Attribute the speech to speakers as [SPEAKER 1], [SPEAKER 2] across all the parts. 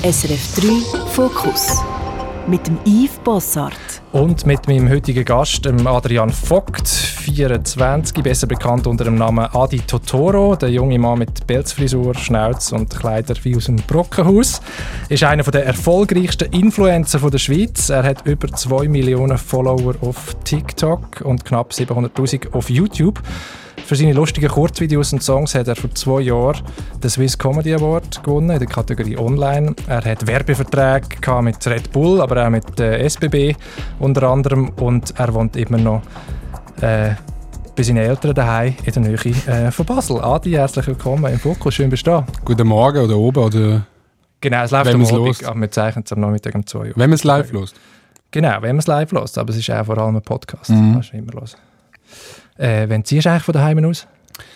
[SPEAKER 1] SRF 3 Fokus mit dem Yves Bossart.
[SPEAKER 2] Und mit meinem heutigen Gast, dem Adrian Vogt, 24, besser bekannt unter dem Namen Adi Totoro. Der junge Mann mit Pelzfrisur, Schnauz und Kleider wie aus dem Brockenhaus. Ist einer der erfolgreichsten Influencer der Schweiz. Er hat über 2 Millionen Follower auf TikTok und knapp 700'000 auf YouTube. Für seine lustigen Kurzvideos und Songs hat er vor 2 Jahren den Swiss Comedy Award gewonnen in der Kategorie Online. Er hat Werbeverträge mit Red Bull, aber auch mit SBB unter anderem. Und er wohnt immer noch bei seinen Eltern daheim in der Nähe von Basel. Adi, herzlich willkommen im Fokus. Schön bist du da.
[SPEAKER 3] Guten Morgen oder oben oder...
[SPEAKER 2] Genau, es läuft am Abend, aber wir zeichnen es am Nachmittag um 2 Uhr.
[SPEAKER 3] Wenn man es live lässt.
[SPEAKER 2] Genau, wenn man es live lässt, aber es ist auch vor allem ein Podcast. Das kannst du immer hören. Wann ziehst du eigentlich von daheim aus?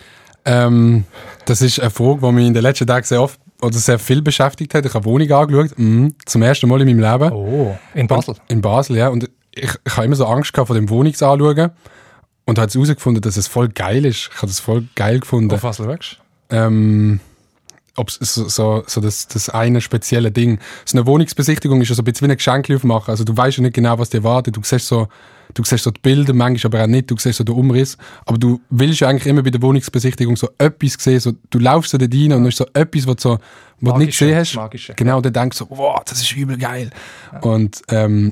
[SPEAKER 3] Das ist eine Frage, die mich in den letzten Tagen sehr viel beschäftigt hat. Ich habe eine Wohnung angeschaut, zum ersten Mal in meinem Leben.
[SPEAKER 2] Oh, in Basel?
[SPEAKER 3] In Basel, ja. Und ich habe immer so Angst gehabt vor dem Wohnungsanschauen und habe jetzt herausgefunden, dass es voll geil ist. Ich habe das voll geil gefunden.
[SPEAKER 2] Auf was schaust
[SPEAKER 3] du? Ob so das eine spezielle Ding. So eine Wohnungsbesichtigung ist ja so ein bisschen wie ein Geschenk aufmachen. Also du weißt ja nicht genau, was dir erwartet. Du siehst so die Bilder, manchmal aber auch nicht. Du siehst so den Umriss. Aber du willst ja eigentlich immer bei der Wohnungsbesichtigung so etwas sehen. So, du laufst so da rein und dann ist so etwas, was du nicht gesehen hast.
[SPEAKER 2] Magische.
[SPEAKER 3] Genau, und dann denkst du so, wow, das ist übel geil. Ja. Und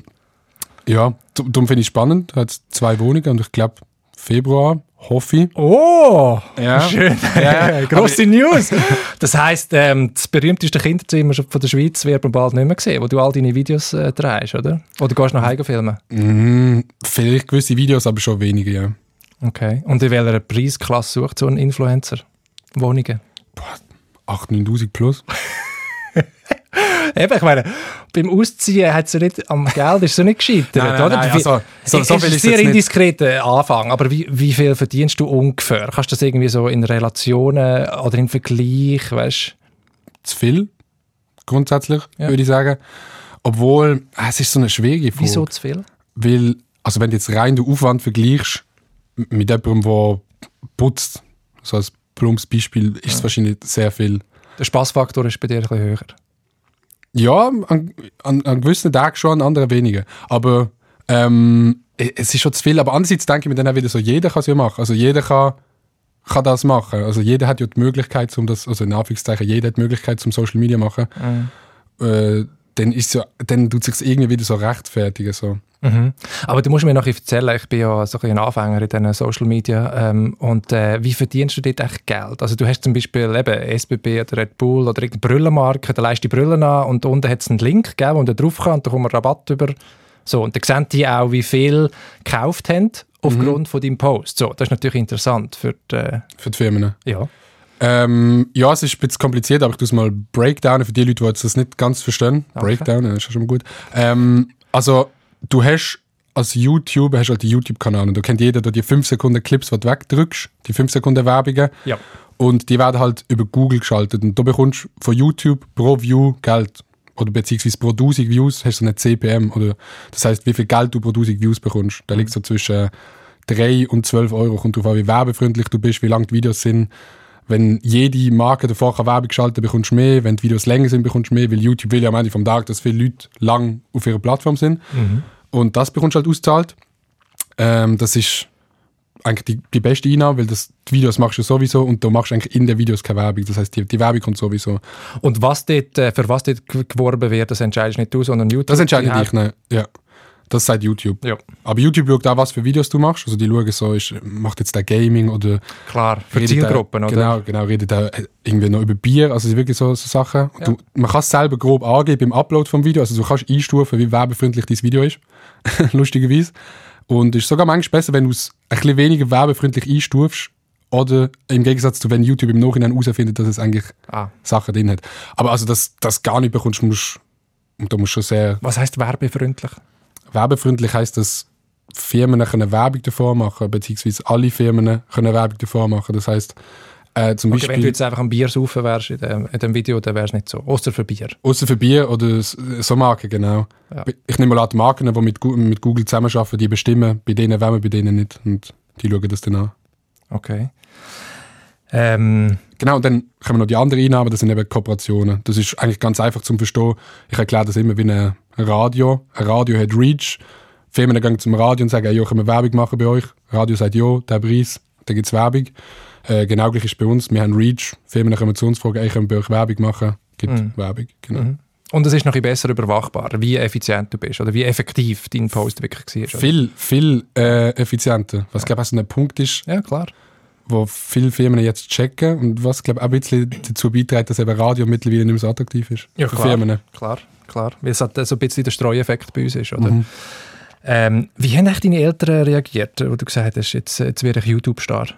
[SPEAKER 3] ja, darum finde ich es spannend. Du hast 2 Wohnungen und ich glaube Februar, hoffe ich.
[SPEAKER 2] Oh,
[SPEAKER 3] ja.
[SPEAKER 2] Schön. Ja. Grosse News. Das heisst, das berühmteste Kinderzimmer von der Schweiz wird man bald nicht mehr sehen, wo du all deine Videos drehst, oder? Oder gehst du noch heim filmen?
[SPEAKER 3] Vielleicht gewisse Videos, aber schon wenige, ja.
[SPEAKER 2] Okay. Und in welcher Preisklasse sucht so ein Influencer Wohnungen?
[SPEAKER 3] 8'000, 9'000 plus.
[SPEAKER 2] Eben, ich meine, beim Ausziehen hat es ja nicht, am Geld ist es ja nicht gescheitert, oder?
[SPEAKER 3] Nein, also, so
[SPEAKER 2] ist
[SPEAKER 3] viel
[SPEAKER 2] ein sehr indiskreter Anfang, aber wie viel verdienst du ungefähr? Kannst du das irgendwie so in Relationen oder im Vergleich, weißt du?
[SPEAKER 3] Zu viel, grundsätzlich, würde ich sagen. Obwohl, es ist so eine schwierige Frage.
[SPEAKER 2] Wieso zu viel?
[SPEAKER 3] Weil, also wenn du jetzt rein den Aufwand vergleichst mit jemandem, der putzt, so als plumpes Beispiel, ist es wahrscheinlich sehr viel.
[SPEAKER 2] Der Spassfaktor ist bei dir ein bisschen höher.
[SPEAKER 3] Ja, an gewissen Tagen schon, an anderen weniger. Aber es ist schon zu viel. Aber andererseits denke ich mir dann auch wieder so, jeder kann es ja machen. Also jeder kann das machen. Also jeder hat ja die Möglichkeit, also in Anführungszeichen, jeder hat die Möglichkeit zum Social Media machen. Dann tut es sich irgendwie wieder so rechtfertigen. So.
[SPEAKER 2] Mhm. Aber du musst mir noch erzählen, ich bin ja so ein Anfänger in diesen Social Media und wie verdienst du dort echt Geld? Also du hast zum Beispiel eben SBB oder Red Bull oder irgendeine Brillenmarke, da leist die Brillen an und unten hat es einen Link gegeben, wo du drauf kann und da kommt man Rabatt über. So, und dann sehen die auch, wie viel gekauft haben aufgrund von deinem Post. So, das ist natürlich interessant für die
[SPEAKER 3] Firmen.
[SPEAKER 2] Ja.
[SPEAKER 3] Ja, es ist ein bisschen kompliziert, aber ich tue es mal breakdownen für die Leute, die das nicht ganz verstehen. Okay. Breakdown, das ist schon mal gut. Also, du hast als YouTuber halt die YouTube-Kanäle und da kennt jeder die 5 Sekunden Clips, die du wegdrückst, die 5 Sekunden Werbungen.
[SPEAKER 2] Ja.
[SPEAKER 3] Und die werden halt über Google geschaltet und du bekommst von YouTube pro View Geld. Oder beziehungsweise pro 1000 Views hast du so eine CPM. Oder das heisst, wie viel Geld du pro 1000 Views bekommst. Da liegt so zwischen 3 und 12 Euro. Kommt drauf an, wie werbefreundlich du bist, wie lang die Videos sind. Wenn jede Marke davor Werbung schalten, bekommst du mehr. Wenn die Videos länger sind, bekommst du mehr. Weil YouTube will ja am Ende vom Tag, dass viele Leute lang auf ihrer Plattform sind. Mhm. Und das bekommst du halt ausgezahlt. Das ist eigentlich die beste Einnahme, weil die Videos machst du sowieso und du machst eigentlich in den Videos keine Werbung. Das heisst, die Werbung kommt sowieso.
[SPEAKER 2] Und für was dort geworben wird, das entscheidest nicht du, sondern YouTube?
[SPEAKER 3] Das entscheide ich, ne? Ja. Das sagt YouTube.
[SPEAKER 2] Ja.
[SPEAKER 3] Aber YouTube schaut auch, was für Videos du machst. Also die schauen so, macht jetzt der Gaming oder...
[SPEAKER 2] Klar, für Zielgruppen, oder?
[SPEAKER 3] Genau, redet er irgendwie noch über Bier, also wirklich so Sachen. Ja. Man kann es selber grob angeben beim Upload vom Video, also du kannst einstufen, wie werbefreundlich dein Video ist. Lustigerweise. Und es ist sogar manchmal besser, wenn du es ein bisschen weniger werbefreundlich einstufst oder im Gegensatz zu, wenn YouTube im Nachhinein herausfindet, dass es eigentlich Sachen drin hat. Aber also, dass das gar nicht bekommst, da musst schon sehr...
[SPEAKER 2] Was heisst werbefreundlich?
[SPEAKER 3] Werbefreundlich heisst, dass Firmen können Werbung davor machen, beziehungsweise alle Firmen können Werbung davor machen. Das heisst, zum Beispiel...
[SPEAKER 2] Wenn du jetzt einfach am Bier saufen wärst in dem Video, dann wäre es nicht so. Ausser für Bier.
[SPEAKER 3] Ausser für Bier oder so Marken, genau. Ja. Ich nehme mal an, die Marken, die mit Google zusammenarbeiten, die bestimmen, bei denen wollen wir, bei denen nicht. Und die schauen das dann an.
[SPEAKER 2] Okay.
[SPEAKER 3] Genau, und dann kommen noch die anderen Einnahmen, das sind eben Kooperationen. Das ist eigentlich ganz einfach zum Verstehen. Ich erkläre das immer wie ein Radio. Ein Radio hat Reach. Firmen gehen zum Radio und sagen, ja, können wir Werbung machen bei euch? Radio sagt, ja, der Preis, dann gibt es Werbung. Genau gleich ist bei uns. Wir haben Reach. Firmen kommen zu uns, fragen, können wir bei euch Werbung machen? Gibt Werbung, genau.
[SPEAKER 2] Mhm. Und es ist noch ein bisschen besser überwachbar, wie effizient du bist oder wie effektiv dein Post wirklich war.
[SPEAKER 3] Viel effizienter. Was, glaube ich, so ein Punkt ist,
[SPEAKER 2] ja, klar,
[SPEAKER 3] wo viele Firmen jetzt checken und was, glaube ich, auch ein bisschen dazu beiträgt, dass eben Radio mittlerweile nicht mehr so attraktiv ist.
[SPEAKER 2] Ja,
[SPEAKER 3] für
[SPEAKER 2] klar,
[SPEAKER 3] Firmen.
[SPEAKER 2] Klar. Weil es halt so ein bisschen der Streueffekt bei uns ist, oder? Mhm. Wie haben eigentlich deine Eltern reagiert, wo du gesagt hast, jetzt werde ich YouTube-Star?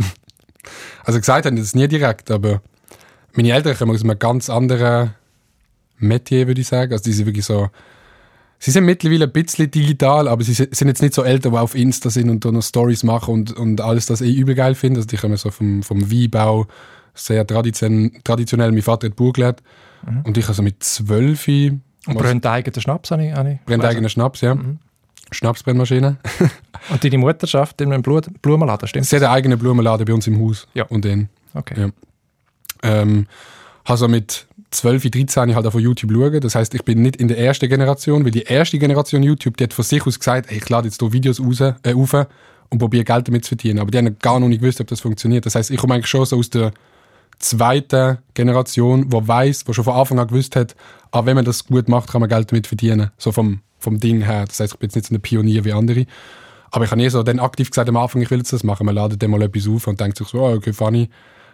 [SPEAKER 3] Also gesagt haben das nie direkt, aber meine Eltern kommen aus einem ganz anderen Metier, würde ich sagen. Also die sind wirklich so, sie sind mittlerweile ein bisschen digital, aber sie sind jetzt nicht so Eltern, die auf Insta sind und da noch Stories machen und alles das übel geil finden. Also die kommen so vom Weinbau, sehr traditionell. Mein Vater hat Bauer gelernt und ich also mit 12...
[SPEAKER 2] Und brennt eigenen Schnaps, habe ich
[SPEAKER 3] brennt eigenen Schnaps, ja. Mhm. Schnapsbrennmaschine.
[SPEAKER 2] Und deine Mutter schafft in einem Blumenladen, stimmt?
[SPEAKER 3] Sie hat einen eigenen Blumenladen bei uns im Haus.
[SPEAKER 2] Ja.
[SPEAKER 3] Und den.
[SPEAKER 2] Okay.
[SPEAKER 3] Ja. Also mit 12, 13 halt auch von YouTube schauen. Das heisst, ich bin nicht in der ersten Generation, weil die erste Generation YouTube, die hat von sich aus gesagt, ich lade jetzt hier Videos rauf und probiere Geld damit zu verdienen. Aber die haben gar noch nicht gewusst, ob das funktioniert. Das heisst, ich komme eigentlich schon so aus der zweiten Generation, die schon von Anfang an gewusst hat, wenn man das gut macht, kann man Geld damit verdienen. So vom Ding her. Das heisst, ich bin jetzt nicht so ein Pionier wie andere. Aber ich habe so dann aktiv gesagt am Anfang, ich will jetzt das machen. Man ladet dann mal etwas auf und denkt sich so, okay, funny.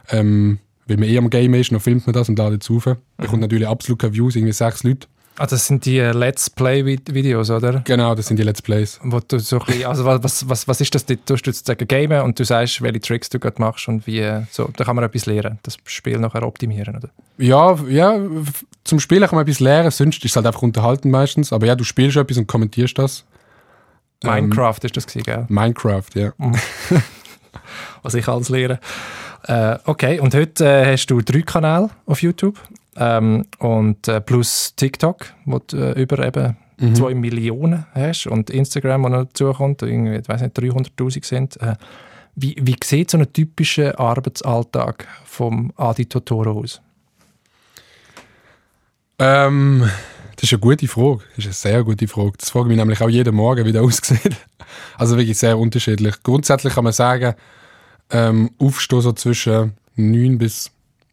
[SPEAKER 3] Weil man am Game ist, dann filmt man das und ladet es auf. Bekommt natürlich absolut keine Views, irgendwie 6 Leute.
[SPEAKER 2] Ah, das sind die Let's Play-Videos, oder?
[SPEAKER 3] Genau, das sind die Let's Plays.
[SPEAKER 2] Wo du so ein bisschen, also was ist das? Du tust sozusagen gamen und du sagst, welche Tricks du gerade machst und wie, so, da kann man etwas lernen, das Spiel nachher optimieren, oder?
[SPEAKER 3] Ja, zum Spielen kann man etwas lernen, sonst ist es halt einfach unterhalten meistens. Aber ja, du spielst etwas und kommentierst das.
[SPEAKER 2] Minecraft ist das gewesen, gell?
[SPEAKER 3] Minecraft, ja.
[SPEAKER 2] Was ich alles lehre. Okay, und heute hast du 3 Kanäle auf YouTube und plus TikTok, wo du über eben 2 Millionen hast und Instagram, wo noch dazukommt, irgendwie, ich weiss nicht, 300'000 sind. Wie sieht so ein typischer Arbeitsalltag vom Adi Totoro aus?
[SPEAKER 3] Das ist eine gute Frage. Das ist eine sehr gute Frage. Das frage ich mich nämlich auch jeden Morgen, wie der aussieht. Also wirklich sehr unterschiedlich. Grundsätzlich kann man sagen, aufstehen so zwischen 9 bis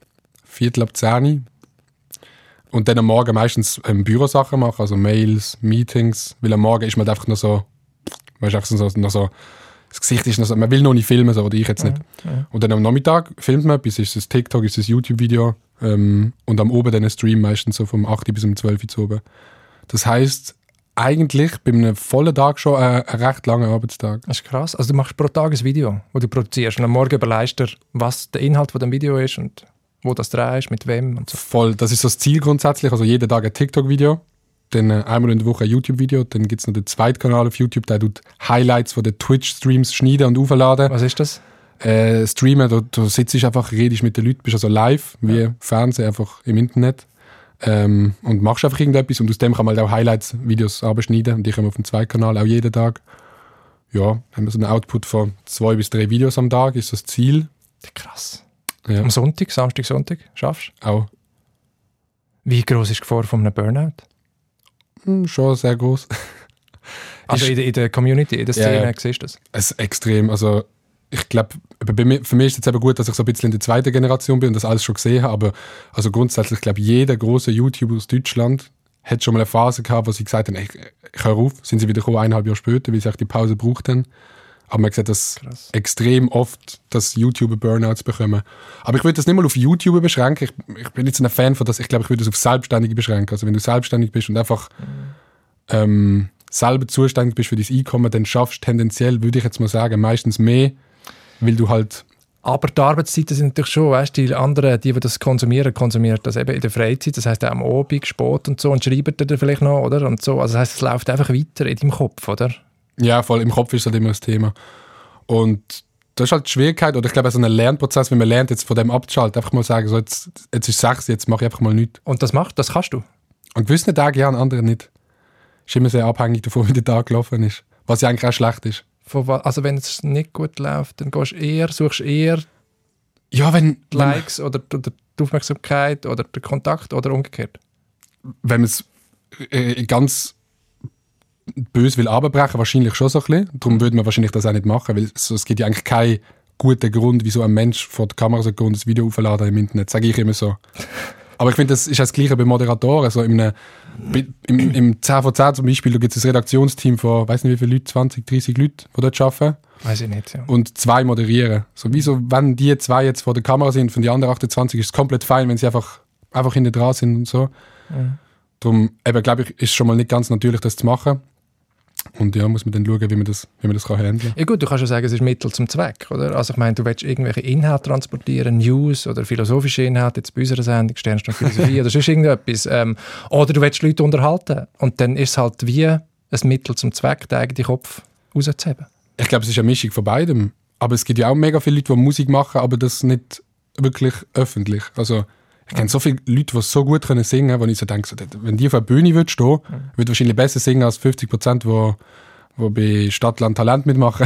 [SPEAKER 3] 9:45 und dann am Morgen meistens Bürosachen machen, also Mails, Meetings, weil am Morgen ist man einfach noch so, weißt du, noch so, das Gesicht ist noch so, man will noch nicht filmen, so, oder ich jetzt nicht. Ja. Und dann am Nachmittag filmt man etwas, ist es TikTok, ist es YouTube-Video und am Oben dann ein Stream meistens so vom 8 bis um 12 Uhr oben. Das heisst, eigentlich bei einem vollen Tag schon ein recht langer Arbeitstag.
[SPEAKER 2] Das ist krass. Also du machst pro Tag ein Video, das du produzierst und am Morgen überlegst du, was der Inhalt von dem Video ist und wo das drehst, mit wem und so.
[SPEAKER 3] Voll, das ist so das Ziel grundsätzlich. Also jeden Tag ein TikTok-Video, dann einmal in der Woche ein YouTube-Video, dann gibt es noch den zweiten Kanal auf YouTube, der tut Highlights von den Twitch-Streams schneiden und aufladen.
[SPEAKER 2] Was ist das?
[SPEAKER 3] Streamen, du sitzt einfach, redest mit den Leuten, bist also live, wie Fernsehen, einfach im Internet. Und machst einfach irgendetwas und aus dem kann man halt auch Highlights-Videos abschneiden und die kommen auf dem zweiten Kanal auch jeden Tag. Ja, haben wir so einen Output von 2 bis 3 Videos am Tag, ist das Ziel.
[SPEAKER 2] Krass.
[SPEAKER 3] Ja.
[SPEAKER 2] Am Sonntag, Samstag, Sonntag, schaffst
[SPEAKER 3] du? Auch.
[SPEAKER 2] Wie gross ist die Gefahr von einem Burnout?
[SPEAKER 3] Schon sehr gross.
[SPEAKER 2] Also in der Community, in der Szene, siehst du das?
[SPEAKER 3] Es ist extrem, also ich glaube, für mich ist es jetzt eben gut, dass ich so ein bisschen in der zweiten Generation bin und das alles schon gesehen habe, aber also grundsätzlich, ich glaube, jeder große YouTuber aus Deutschland hat schon mal eine Phase gehabt, wo sie gesagt haben, ich höre auf, sind sie wieder gekommen, 1,5 Jahre später, weil sie auch die Pause braucht haben. Aber man sieht das extrem oft, dass YouTuber Burnouts bekommen. Aber ich würde das nicht mal auf YouTuber beschränken. Ich bin nicht so ein Fan von das. Ich glaube, ich würde das auf Selbstständige beschränken. Also wenn du selbstständig bist und einfach selber zuständig bist für dein Einkommen, dann schaffst du tendenziell, würde ich jetzt mal sagen, meistens mehr, weil du halt...
[SPEAKER 2] Aber die Arbeitszeiten sind natürlich schon, weißt du, die anderen, die das konsumieren das eben in der Freizeit, das heisst auch am Abend, Sport und so, und schreiben dann vielleicht noch, oder? Und so. Also das heisst, es läuft einfach weiter in deinem Kopf, oder?
[SPEAKER 3] Ja, voll, im Kopf ist halt immer das Thema. Und das ist halt die Schwierigkeit, oder ich glaube, so ein Lernprozess, wenn man lernt, jetzt von dem abzuschalten, einfach mal sagen, so jetzt ist 6, jetzt mache ich einfach mal nichts.
[SPEAKER 2] Und das kannst du?
[SPEAKER 3] An gewissen Tagen ja, an anderen nicht. Ist immer sehr abhängig davon, wie der Tag gelaufen ist. Was ja eigentlich auch schlecht ist.
[SPEAKER 2] Also wenn es nicht gut läuft, dann suchst du eher
[SPEAKER 3] Ja, wenn
[SPEAKER 2] die Likes oder die Aufmerksamkeit oder der Kontakt oder umgekehrt?
[SPEAKER 3] Wenn man es ganz böse will runterbrechen, wahrscheinlich schon so ein bisschen. Darum würde man wahrscheinlich das auch nicht machen, weil es gibt ja eigentlich keinen guten Grund, wieso ein Mensch vor der Kamera so ein Video aufladen im Internet. Sage ich immer so. Aber ich finde, das ist das Gleiche bei Moderatoren. So im 10 von 10 zum Beispiel, da gibt es ein Redaktionsteam von, weiß nicht wie viele Leute, 20, 30 Leute, die dort arbeiten.
[SPEAKER 2] Weiß ich nicht, ja.
[SPEAKER 3] Und 2 moderieren. So, wieso, wenn die 2 jetzt vor der Kamera sind, von den anderen 28 ist es komplett fein, wenn sie einfach hinten dran sind und so. Mhm. Darum, glaube ich, ist schon mal nicht ganz natürlich, das zu machen. Und ja, muss man dann schauen, wie man das kann handeln.
[SPEAKER 2] Ja gut, du kannst ja sagen, es ist Mittel zum Zweck, oder? Also ich meine, du willst irgendwelche Inhalte transportieren, News oder philosophische Inhalte, jetzt bei unserer Sendung, Sternstunde Philosophie oder sonst irgendetwas. Oder du willst Leute unterhalten. Und dann ist es halt wie ein Mittel zum Zweck, den eigenen Kopf rauszuheben. Ich
[SPEAKER 3] glaube, es ist eine Mischung von beidem. Aber es gibt ja auch mega viele Leute, die Musik machen, aber das nicht wirklich öffentlich. Also ich kenne so viele Leute, die so gut singen können, wo ich so denke, wenn die auf einer Bühne stehen, würde wahrscheinlich besser singen als 50%, die bei Stadtland Talent mitmachen.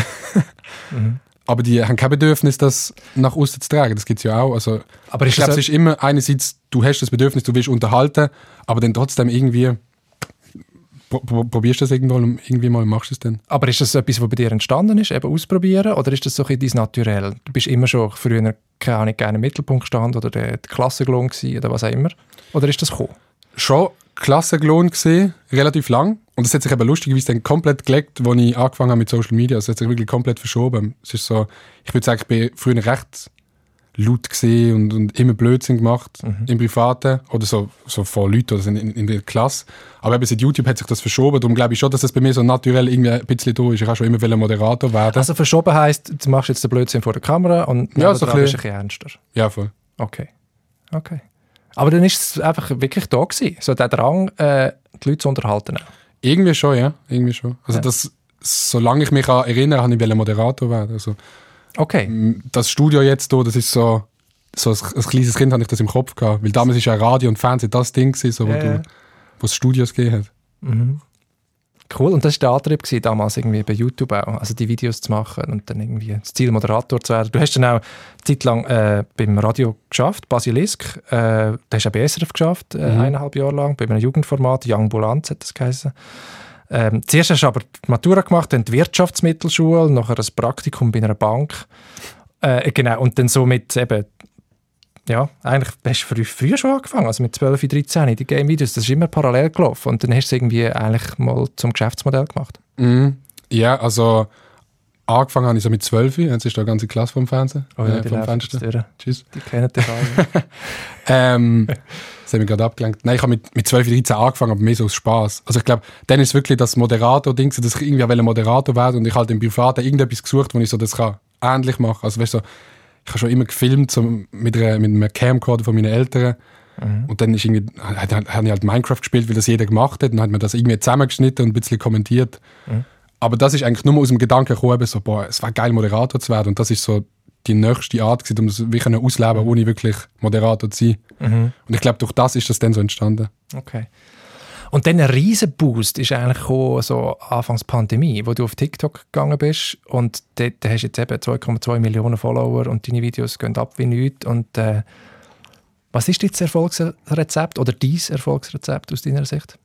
[SPEAKER 3] Aber die haben kein Bedürfnis, das nach außen zu tragen. Das gibt es ja auch. Also, aber ich glaube, es ist immer einerseits, du hast das Bedürfnis, du willst unterhalten, aber dann trotzdem irgendwie probierst du das irgendwie mal und machst es dann.
[SPEAKER 2] Aber ist das etwas, was bei dir entstanden ist, eben ausprobieren, oder ist das so ein bisschen dein Naturell? Du bist immer schon früher, keine Ahnung, gerne im Mittelpunkt gestanden oder der Klassenlohn gewesen oder was auch immer? Oder ist das gekommen?
[SPEAKER 3] Schon Klassenlohn gesehen, relativ lang. Und das hat sich eben lustigerweise dann komplett gelegt, als ich angefangen habe mit Social Media. Also es hat sich wirklich komplett verschoben. Es ist so, ich würde sagen, ich bin früher recht laut gesehen und immer Blödsinn gemacht im Privaten oder so vor Leuten oder in der Klasse. Aber eben seit YouTube hat sich das verschoben. Darum glaube ich schon, dass das bei mir so naturell irgendwie ein bisschen da ist. Ich kann schon immer Moderator werden.
[SPEAKER 2] Also verschoben heisst, du machst jetzt den Blödsinn vor der Kamera und
[SPEAKER 3] ja, so
[SPEAKER 2] bist ein bisschen ernster.
[SPEAKER 3] Ja, voll.
[SPEAKER 2] Okay. Aber dann ist es einfach wirklich da gewesen, so der Drang, die Leute zu unterhalten.
[SPEAKER 3] Irgendwie schon, ja. Also das, solange ich mich erinnere, habe ich Moderator werden. Also
[SPEAKER 2] okay.
[SPEAKER 3] Das Studio jetzt hier, das ist so als kleines Kind hatte ich das im Kopf gehabt, weil damals ist ja Radio und Fernsehen das Ding gewesen, so, wo es Studios gegeben hat.
[SPEAKER 2] Mhm. Cool, und das war der Antrieb damals irgendwie bei YouTube auch, also die Videos zu machen und dann irgendwie das Ziel, Moderator zu werden. Du hast dann auch eine Zeit lang beim Radio geschafft, Basilisk, du hast auch bei SRF geschafft, 1,5 Jahre lang, bei einem Jugendformat, Young Bulanz hat das geheißen. Zuerst hast du aber die Matura gemacht, dann die Wirtschaftsmittelschule, nachher ein Praktikum bei einer Bank. Genau, und dann somit eben, ja, eigentlich hast du früher schon angefangen, also mit 12, 13, die Game-Videos, das ist immer parallel gelaufen und dann hast du es irgendwie eigentlich mal zum Geschäftsmodell gemacht.
[SPEAKER 3] Ja, also angefangen habe ich so mit 12, jetzt ist da eine ganze Klasse vom Fernsehen.
[SPEAKER 2] Oh ja, die
[SPEAKER 3] vom Fenster.
[SPEAKER 2] Tschüss. Die kennen dich alle.
[SPEAKER 3] Das hat mich gerade abgelenkt. Nein, ich habe mit 12, 13 angefangen, aber mehr so aus Spass. Also ich glaube, dann ist wirklich das Moderator-Ding, dass ich irgendwie Moderator werden und ich halt im Privaten irgendetwas gesucht, wo ich so das kann ähnlich machen. Also weißt du, ich habe schon immer gefilmt so mit einem Camcorder von meinen Eltern. Und dann habe ich halt Minecraft gespielt, weil das jeder gemacht hat. Und dann hat man das irgendwie zusammengeschnitten und ein bisschen kommentiert. Aber das ist eigentlich nur aus dem Gedanken gekommen, so, es wäre geil, Moderator zu werden. Und das ist so die nächste Art gewesen, um es wirklich auszuleben, ohne wirklich Moderator zu sein. Und ich glaube, durch das ist das dann so entstanden.
[SPEAKER 2] Okay. Und dann ein riesen Boost ist eigentlich gekommen, so Anfangs Pandemie, wo du auf TikTok gegangen bist und dort hast du jetzt eben 2,2 Millionen Follower und deine Videos gehen ab wie nichts. Und was ist jetzt das Erfolgsrezept oder dein Erfolgsrezept aus deiner Sicht?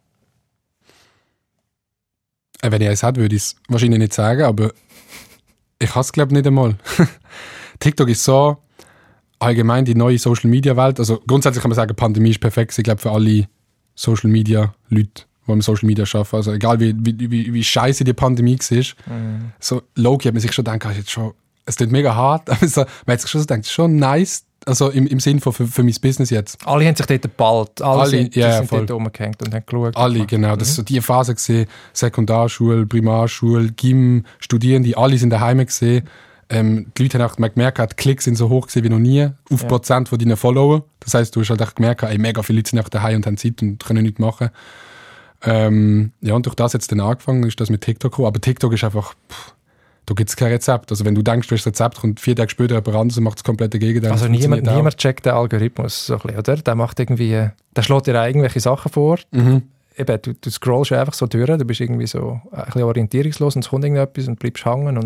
[SPEAKER 3] Wenn ich eins hätte, würde ich es wahrscheinlich nicht sagen, aber ich habe es, glaube ich, nicht einmal. TikTok ist so allgemein die neue Social-Media-Welt. Also grundsätzlich kann man sagen, die Pandemie ist perfekt. Ich glaube, für alle Social-Media-Leute, die im Social-Media arbeiten. Also egal, wie scheiße die Pandemie war. So low-key hat man sich schon gedacht, es klingt mega hart, aber so, man hat sich schon gedacht, schon nice, also im Sinn von für mein Business jetzt.
[SPEAKER 2] Alle haben sich dort geballt. Alle sind dort rumgehängt und haben geschaut.
[SPEAKER 3] Alle, genau. Das ist so die Phase gesehen, Sekundarschule, Primarschule, Gym, Studierende, alle sind daheim gesehen. Die Leute haben auch gemerkt, die Klicks sind so hoch gewesen wie noch nie, auf Prozent von deinen Follower. Das heisst, du hast halt auch gemerkt, mega viele Leute sind auch daheim und haben Zeit und können nichts machen. Ja, und durch das jetzt dann angefangen, ist das mit TikTok gekommen. Aber TikTok ist einfach, da gibt es kein Rezept. Also wenn du denkst, du hast ein Rezept, kommt 4 Tage später jemand anderes und macht das komplette Gegenteil.
[SPEAKER 2] Also niemand checkt den Algorithmus, so ein bisschen, oder? Der macht irgendwie, der schlägt dir irgendwelche Sachen vor. Eben, du scrollst einfach so durch, du bist irgendwie so ein bisschen orientierungslos und es kommt irgendetwas und bleibst hängen und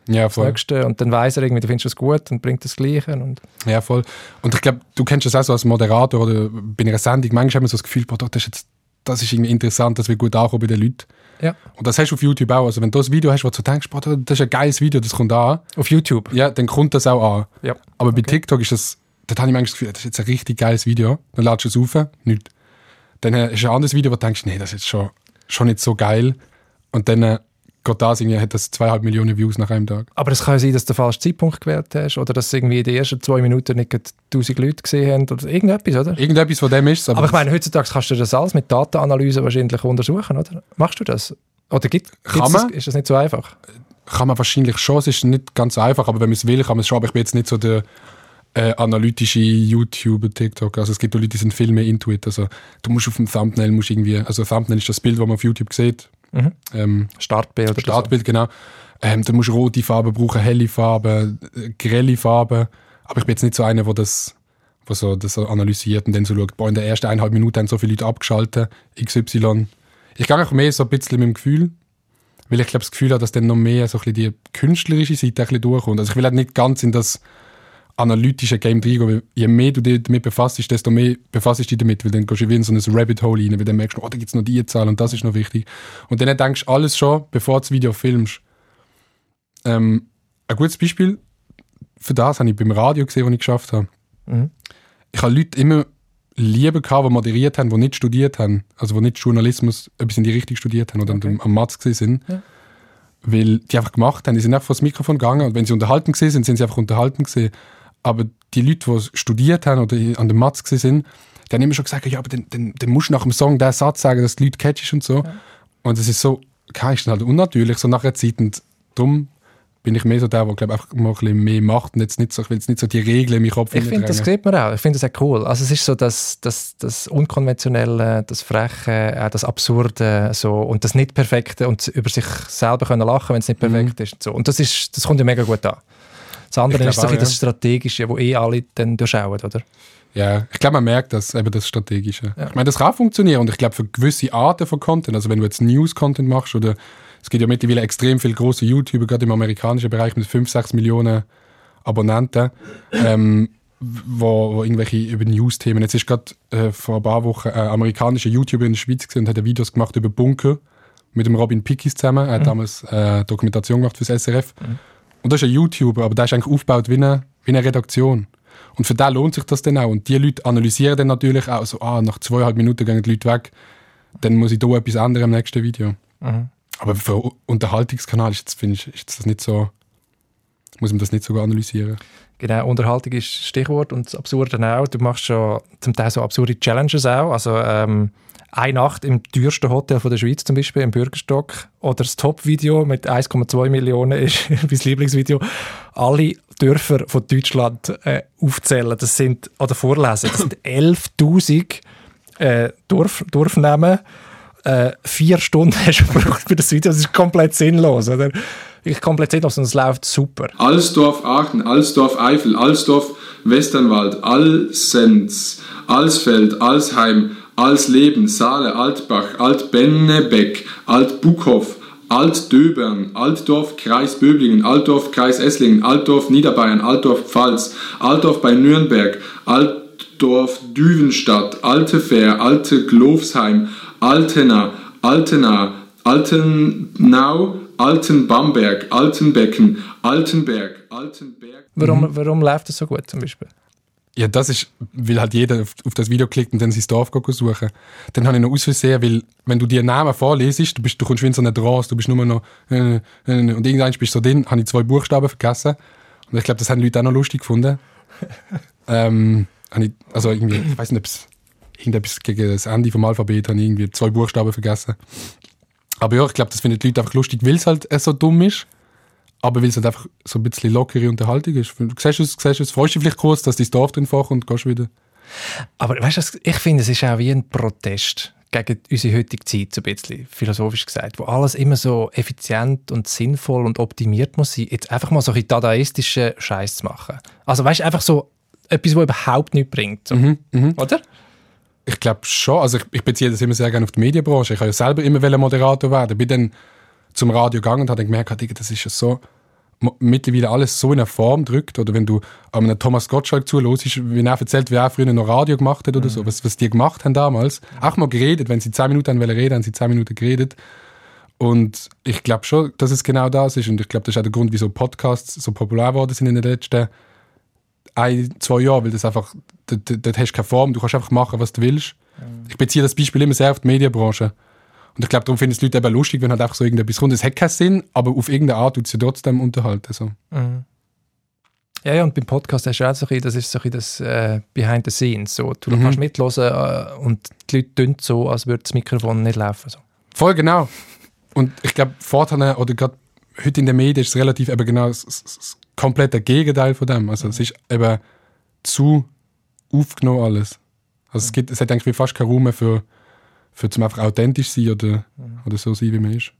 [SPEAKER 2] das
[SPEAKER 3] voll.
[SPEAKER 2] Nächste. Und dann weiss er irgendwie, du findest es gut und bringt das Gleiche. Und
[SPEAKER 3] Ja, voll. Und ich glaube, du kennst das auch so als Moderator oder bei einer Sendung. Manchmal hat man so das Gefühl, boah, das ist irgendwie interessant, das wird gut ankommen bei den Leuten.
[SPEAKER 2] ja.
[SPEAKER 3] Und das hast du auf YouTube auch. Also wenn du ein Video hast, wo du denkst, boah, das ist ein geiles Video, das kommt an.
[SPEAKER 2] Auf YouTube?
[SPEAKER 3] Ja, dann kommt das auch an.
[SPEAKER 2] Ja.
[SPEAKER 3] Aber bei TikTok ist das, da habe ich manchmal das Gefühl, das ist jetzt ein richtig geiles Video. Dann ladest du es auf, nichts. Dann ist ein anderes Video, wo du denkst, nee, das ist jetzt schon nicht so geil. Und dann geht das irgendwie, hat das 2,5 Millionen Views nach einem Tag.
[SPEAKER 2] Aber es kann ja sein, dass du den falschen Zeitpunkt gewählt hast oder dass irgendwie in den ersten 2 Minuten nicht 1000 Leute gesehen haben oder irgendetwas, oder?
[SPEAKER 3] Irgendetwas von dem ist es.
[SPEAKER 2] Aber ich meine, heutzutage kannst du das alles mit Datenanalyse wahrscheinlich untersuchen, oder? Machst du das? Oder
[SPEAKER 3] Kann man?
[SPEAKER 2] Ist das nicht so einfach?
[SPEAKER 3] Kann man wahrscheinlich schon, es ist nicht ganz so einfach, aber wenn man es will, kann man es schon. Aber ich bin jetzt nicht so der analytische YouTuber, TikTok. Also es gibt auch Leute, die sind viel mehr into it. Also du musst auf dem Thumbnail, also Thumbnail ist das Bild, das man auf YouTube sieht.
[SPEAKER 2] Startbild oder
[SPEAKER 3] Startbild, genau. Da musst du rote Farben brauchen, helle Farben, grelle Farben. Aber ich bin jetzt nicht so einer, der das so analysiert und dann so schaut, boah, in der ersten 1,5 Minuten haben so viele Leute abgeschaltet, XY. Ich gehe auch mehr so ein bisschen mit dem Gefühl, weil ich glaube, das Gefühl habe, dass dann noch mehr so ein bisschen die künstlerische Seite ein bisschen durchkommt. Also ich will halt nicht ganz in das analytische Game reingehen, weil je mehr du dich damit befasst, desto mehr befasst du dich damit, weil dann gehst du wie in so ein Rabbit Hole rein, weil dann merkst du, oh, da gibt es noch die Zahl und das ist noch wichtig. Und dann denkst du alles schon, bevor du das Video filmst. Ein gutes Beispiel für das habe ich beim Radio gesehen, das ich geschafft habe.
[SPEAKER 2] Mhm.
[SPEAKER 3] Ich habe Leute immer Liebe gehabt, die moderiert haben, die nicht studiert haben, also die nicht Journalismus etwas in die Richtung studiert haben oder am Matz gewesen sind. Ja. Weil die einfach gemacht haben, die sind einfach vor das Mikrofon gegangen und wenn sie unterhalten gewesen sind, sind sie einfach unterhalten gewesen. Aber die Leute, die studiert haben oder an dem Matz gewesen sind, die haben immer schon gesagt, ja, aber dann musst du nach dem Song den Satz sagen, dass die Leute catchst und so. Ja. Und das ist so, ist dann halt unnatürlich, so nach einer Zeit. Und darum bin ich mehr so der einfach mal ein bisschen mehr macht und jetzt nicht so, ich will jetzt nicht so die Regeln in meinen Kopf
[SPEAKER 2] Ich finde, das sieht man auch. Ich finde das auch cool. Also es ist so das Unkonventionelle, das Freche, das Absurde so, und das Nicht-Perfekte und über sich selber können lachen, wenn es nicht perfekt ist. Und, so. Und das kommt ja mega gut an. Das andere ist so auch, das Strategische, wo alle dann durchschauen, oder?
[SPEAKER 3] Ja, ich glaube, man merkt das, eben das Strategische.
[SPEAKER 2] Ja.
[SPEAKER 3] Ich meine, das kann funktionieren und ich glaube, für gewisse Arten von Content, also wenn du jetzt News-Content machst oder es gibt ja mittlerweile extrem viele grosse YouTuber, gerade im amerikanischen Bereich mit 5-6 Millionen Abonnenten, wo irgendwelche über News-Themen. Jetzt ist gerade vor ein paar Wochen ein amerikanischer YouTuber in der Schweiz gesehen und hat Videos gemacht über Bunker mit dem Robin Pickis zusammen. Er hat damals Dokumentation gemacht fürs SRF. Und das ist ein YouTuber, aber der ist eigentlich aufgebaut wie eine Redaktion. Und für den lohnt sich das dann auch. Und die Leute analysieren dann natürlich auch so, nach 2,5 Minuten gehen die Leute weg, dann muss ich da etwas ändern im nächsten Video. Mhm. Aber für einen Unterhaltungskanal ist das nicht so, muss man das nicht so analysieren.
[SPEAKER 2] Genau, Unterhaltung ist das Stichwort und das Absurde auch. Du machst schon zum Teil so absurde Challenges auch. Also eine Nacht im teuersten Hotel von der Schweiz zum Beispiel, im Bürgerstock. Oder das Top-Video mit 1,2 Millionen ist mein Lieblingsvideo. Alle Dörfer von Deutschland aufzählen. Oder vorlesen. Das sind 11'000 Dorfnamen. 4 Stunden hast du gebraucht für das Video. Das ist komplett sinnlos, oder? Komplett sinnlos und es läuft super.
[SPEAKER 4] Alsdorf Aachen, Alsdorf Eifel, Alsdorf Westernwald, Alsens, Alsfeld, Alsheim, Alsleben, Saale, Altbach, Altbennebeck, Altbuchhof, Altdöbern, Altdorf, Kreis Böblingen, Altdorf, Kreis Esslingen, Altdorf, Niederbayern, Altdorf, Pfalz, Altdorf bei Nürnberg, Altdorf, Düvenstadt, Altefähr, Alte Glofsheim, Altena, Altenau, Altenbamberg, Altenbecken, Altenberg.
[SPEAKER 2] Warum läuft das so gut zum Beispiel?
[SPEAKER 3] Ja, das ist, weil halt jeder auf das Video klickt und dann sein Dorf suchen. Dann habe ich noch aus Versehen, weil wenn du dir Namen vorlesest, du kommst wie in so eine Trance, du bist nur noch und irgendwann bist du so drin, habe ich 2 Buchstaben vergessen. Und ich glaube, das haben Leute auch noch lustig gefunden. Also irgendwie, ich weiß nicht, ob es irgendetwas gegen das Ende vom Alphabet habe ich irgendwie 2 Buchstaben vergessen. Aber ja, ich glaube, das finden die Leute einfach lustig, weil es halt so dumm ist, aber weil es halt einfach so ein bisschen lockere Unterhaltung ist. Du siehst es, freust dich vielleicht kurz, dass dein Dorf drin fährt und gehst wieder.
[SPEAKER 2] Aber weißt du, ich finde, es ist auch wie ein Protest gegen unsere heutige Zeit, so ein bisschen philosophisch gesagt, wo alles immer so effizient und sinnvoll und optimiert muss sein, jetzt einfach mal so ein dadaistischen Scheiß zu machen. Also weißt du, einfach so etwas, was überhaupt nichts bringt. So. Oder?
[SPEAKER 3] Ich glaube schon. Also ich beziehe das immer sehr gerne auf die Medienbranche. Ich habe ja selber immer Moderator werden. Bin dann zum Radio gegangen und habe gemerkt, das ist ja so mittlerweile alles so in eine Form drückt, oder wenn du an einem Thomas Gottschalk zuhörst, wie er erzählt, wie er früher noch Radio gemacht hat oder so, was die gemacht haben damals. Auch mal geredet, wenn sie 10 Minuten reden wollten, haben sie 10 Minuten geredet. Und ich glaube schon, dass es genau das ist. Und ich glaube, das ist auch der Grund, wieso Podcasts so populär geworden sind in den letzten 1-2 Jahren, weil das einfach, dort hast du keine Form, du kannst einfach machen, was du willst. Ich beziehe das Beispiel immer sehr auf die Medienbranche. Und ich glaube, darum finden es die Leute eben lustig, wenn halt einfach so irgendetwas kommt. Es hat keinen Sinn, aber auf irgendeine Art tut es ja trotzdem unterhalten. So.
[SPEAKER 2] Mhm. Ja, und beim Podcast hast du auch so ein bisschen, das ist so ein bisschen das Behind the Scenes. So. Du kannst mithören und die Leute tun so, als würde das Mikrofon nicht laufen. So.
[SPEAKER 3] Voll genau. Und ich glaube, vorher oder gerade heute in den Medien ist es relativ eben genau das komplette Gegenteil von dem. Also es ist eben zu aufgenommen alles. Also es hat eigentlich fast keinen Raum mehr für zum einfach authentisch sein oder so sein, wie man ist.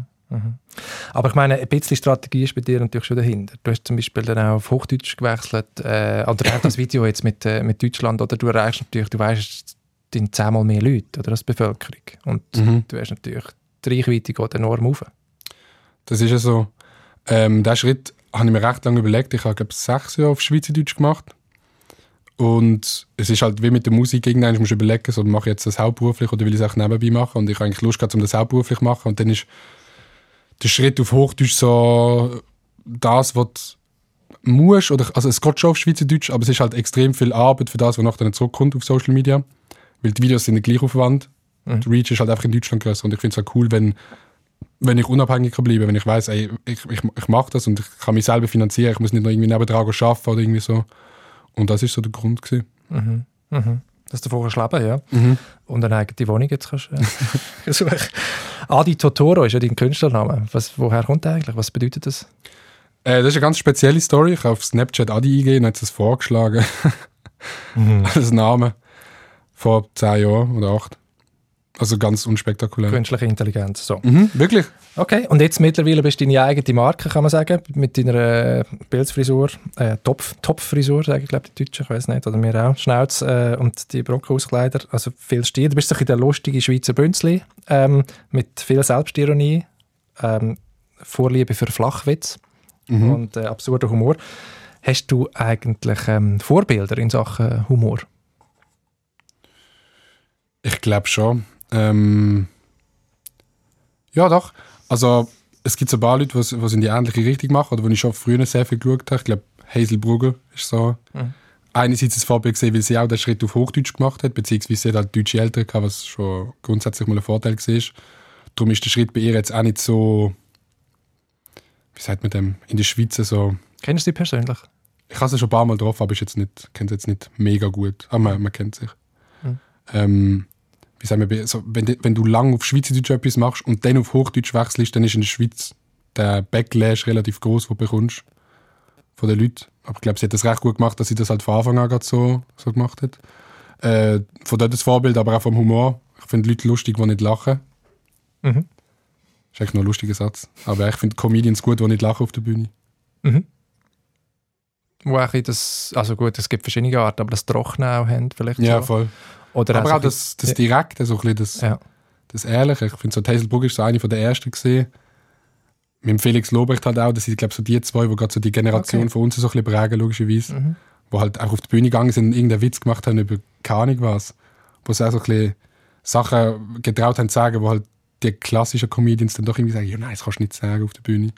[SPEAKER 2] Aber ich meine, ein bisschen Strategie ist bei dir natürlich schon dahinter. Du hast zum Beispiel dann auch auf Hochdeutsch gewechselt, oder auch das Video jetzt mit Deutschland, oder du erreichst natürlich, du weißt, es sind 10-mal mehr Leute oder als Bevölkerung. Und du hast natürlich, die Reichweite geht enorm rauf. Das
[SPEAKER 3] ist ja so. Diesen Schritt habe ich mir recht lange überlegt. Ich habe, glaube ich, 6 Jahre auf Schweizerdeutsch gemacht. Und es ist halt wie mit der Musik, irgendwann musst du überlegen, so, mache ich jetzt das hauptberuflich oder will ich es auch nebenbei machen? Und ich habe eigentlich Lust gehabt, um das hauptberuflich zu machen. Und dann ist der Schritt auf Hochdeutsch so das, was du musst. Also es geht schon auf Schweizerdeutsch, aber es ist halt extrem viel Arbeit für das, was nachher zurückkommt auf Social Media. Weil die Videos sind nicht gleich aufwand. Die Reach ist halt einfach in Deutschland größer. Und ich finde es halt cool, wenn ich unabhängig bleibe, wenn ich weiss, ey, ich mache das und ich kann mich selber finanzieren. Ich muss nicht noch irgendwie nebendran arbeiten oder irgendwie so. Und das war so der Grund gewesen.
[SPEAKER 2] Dass du vorher leben, ja. Und eine eigene Wohnung jetzt kannst du suchen. Adi Totoro ist ja dein Künstlername. Woher kommt der eigentlich? Was bedeutet das?
[SPEAKER 3] Das ist eine ganz spezielle Story. Ich habe auf Snapchat Adi eingegeben und hat es vorgeschlagen. Als Name. Vor 10 Jahren oder 8. Also ganz unspektakulär.
[SPEAKER 2] Künstliche Intelligenz, so.
[SPEAKER 3] Wirklich?
[SPEAKER 2] Okay, und jetzt mittlerweile bist du deine eigene Marke, kann man sagen, mit deiner Pilzfrisur, Topfrisur, sage ich, glaube die Deutschen, ich weiß nicht, oder mir auch, Schnauz und die Brockenhauskleider, also viel Stil. Du bist so ein der lustige Schweizer Bünzli, mit viel Selbstironie, Vorliebe für Flachwitz und absurder Humor. Hast du eigentlich Vorbilder in Sachen Humor?
[SPEAKER 3] Ich glaube schon. Ja, doch. Also, es gibt so ein paar Leute, die es in die ähnliche Richtung machen, oder die ich schon früher sehr viel geschaut habe. Ich glaube, Hazel Brugger ist so. Einerseits das Vorbild gesehen, weil sie auch den Schritt auf Hochdeutsch gemacht hat, beziehungsweise sie hat halt deutsche Eltern gehabt, was schon grundsätzlich mal ein Vorteil war. Darum ist der Schritt bei ihr jetzt auch nicht so, wie sagt man dem, in der Schweiz so.
[SPEAKER 2] Kennst du sie persönlich?
[SPEAKER 3] Ich habe sie schon ein paar Mal drauf, aber ich kenne sie jetzt nicht mega gut. Aber man kennt sich. Wie sagen wir, so, wenn du lange auf Schweizerdeutsch etwas machst und dann auf Hochdeutsch wechselst, dann ist in der Schweiz der Backlash relativ groß, den du bekommst von den Leuten. Aber ich glaube, sie hat das recht gut gemacht, dass sie das halt von Anfang an so gemacht hat. Von dort das Vorbild, aber auch vom Humor. Ich finde Leute lustig, die nicht lachen. Das ist eigentlich noch ein lustiger Satz. Aber ich finde Comedians gut, die nicht lachen auf der Bühne.
[SPEAKER 2] Wo das, also gut, es gibt verschiedene Arten, aber das Trocknen auch haben vielleicht
[SPEAKER 3] ja,
[SPEAKER 2] so.
[SPEAKER 3] Voll.
[SPEAKER 2] Oder
[SPEAKER 3] aber auch das Direkte, so ein bisschen das Ehrliche. Ich finde, so Hazel Brugger ist so eine der ersten gesehen. Mit dem Felix Lobrecht halt auch. Das sind, glaube ich, so die zwei, die gerade so die Generation von uns so ein bisschen prägen, logischerweise. Die halt auch auf die Bühne gegangen sind und irgendeinen Witz gemacht haben über keine Ahnung was. Wo sie auch so ein bisschen Sachen getraut haben zu sagen, wo halt die klassischen Comedians dann doch irgendwie sagen, ja nein, das kannst du nicht sagen auf der Bühne.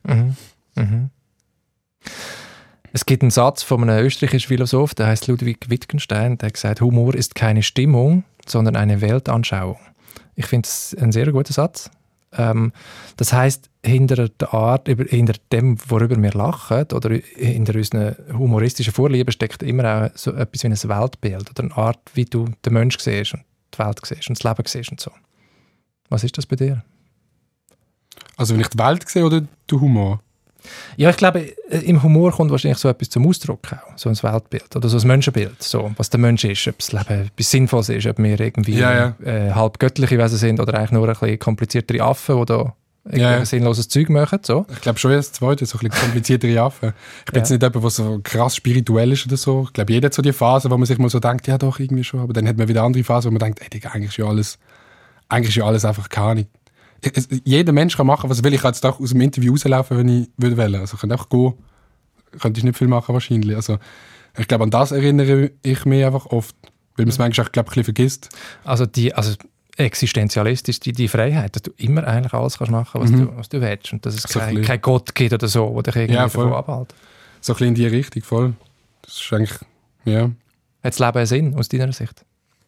[SPEAKER 2] Es gibt einen Satz von einem österreichischen Philosoph, der heißt Ludwig Wittgenstein, der hat gesagt, Humor ist keine Stimmung, sondern eine Weltanschauung. Ich finde es ein sehr guter Satz. Das heisst, hinter dem, worüber wir lachen, oder hinter unseren humoristischen Vorlieben steckt immer auch so etwas wie ein Weltbild oder eine Art, wie du den Menschen siehst und die Welt siehst und das Leben siehst und so. Was ist das bei dir?
[SPEAKER 3] Also wenn ich die Welt sehe oder der Humor?
[SPEAKER 2] Ja, ich glaube, im Humor kommt wahrscheinlich so etwas zum Ausdruck auch. So ein Weltbild oder so ein Menschenbild. So, was der Mensch ist, ob das Leben etwas Sinnvolles ist, ob wir irgendwie halb göttliche Wesen sind oder eigentlich nur ein bisschen kompliziertere Affen, die da sinnloses Zeug machen. So.
[SPEAKER 3] Ich glaube schon das Zweite, so ein bisschen kompliziertere Affen. Ich bin jetzt nicht jemand, der so krass spirituell ist oder so. Ich glaube, jeder hat so die Phase, wo man sich mal so denkt, ja doch, irgendwie schon. Aber dann hat man wieder andere Phasen, wo man denkt, ey, Digga, eigentlich ist ja alles einfach keine Ahnung. jeder Mensch kann machen, was er will. Ich kann jetzt auch aus dem Interview rauslaufen, wenn ich würde wollen. Also ich könnte einfach gehen. Könnte ich nicht viel machen wahrscheinlich. Also ich glaube, an das erinnere ich mich einfach oft. Weil man es manchmal, glaube ich, ein bisschen vergisst.
[SPEAKER 2] Also existenzialistisch die Freiheit, dass du immer eigentlich alles kannst machen, was du willst. Und dass es
[SPEAKER 3] So
[SPEAKER 2] kein Gott gibt oder so, der dich irgendwie davon abhält.
[SPEAKER 3] So ein bisschen in die Richtung, voll. Das ist eigentlich, ja.
[SPEAKER 2] Hat das Leben einen Sinn, aus deiner Sicht?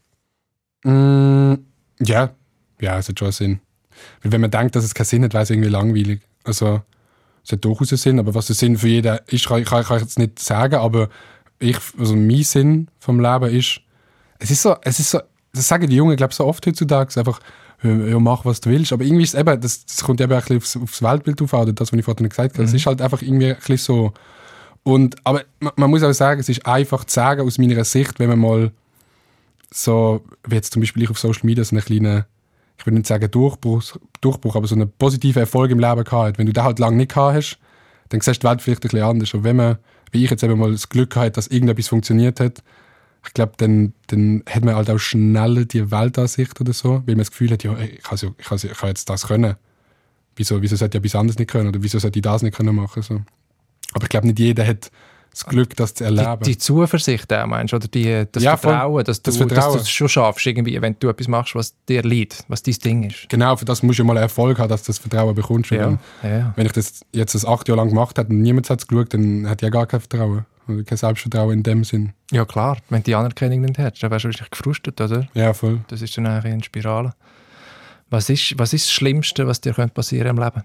[SPEAKER 3] Ja, es hat schon einen Sinn. Weil wenn man denkt, dass es keinen Sinn hat, wäre es irgendwie langweilig. Also, es hat durchaus einen Sinn, aber was der Sinn für jeden ist, kann ich jetzt nicht sagen, aber mein Sinn vom Leben ist, es ist so, das sagen die Jungen, glaube ich, so oft heutzutage, einfach, ja, mach, was du willst, aber irgendwie ist es eben, das kommt eben ein bisschen aufs Weltbild auf, oder das, was ich vorhin gesagt habe, es ist halt einfach irgendwie ein bisschen so. Aber man muss auch sagen, es ist einfach zu sagen, aus meiner Sicht, wenn man mal so, wie jetzt zum Beispiel ich auf Social Media so einen kleinen, ich würde nicht sagen Durchbruch, aber so einen positiven Erfolg im Leben gehabt hat. Wenn du den halt lange nicht gehabt hast, dann siehst du die Welt vielleicht ein bisschen anders. Aber wenn man, wie ich jetzt eben mal das Glück gehabt, dass irgendetwas funktioniert hat, ich glaube, dann hat man halt auch schneller die Weltansicht oder so, weil man das Gefühl hat, ja, ich kann jetzt das können. Wieso sollte ich etwas anderes nicht können? Oder wieso sollte ich das nicht können machen? So. Aber ich glaube, nicht jeder hat das Glück, das zu erleben. Die
[SPEAKER 2] Zuversicht auch, meinst du? Oder das Vertrauen, dass du es schon schaffst, irgendwie, wenn du etwas machst, was dir liegt, was dein Ding ist.
[SPEAKER 3] Genau, für das musst du mal Erfolg haben, dass du das Vertrauen bekommst.
[SPEAKER 2] Ja.
[SPEAKER 3] Wenn ich das jetzt 8 Jahre lang gemacht habe und niemand hat es geschaut, dann hätte ich ja gar kein Vertrauen. Oder kein Selbstvertrauen in dem Sinn.
[SPEAKER 2] Ja klar, wenn du die Anerkennung nicht hättest, dann wärst du wahrscheinlich gefrustet, oder?
[SPEAKER 3] Ja, voll.
[SPEAKER 2] Das ist dann eigentlich eine Spirale. Was ist das Schlimmste, was dir passieren im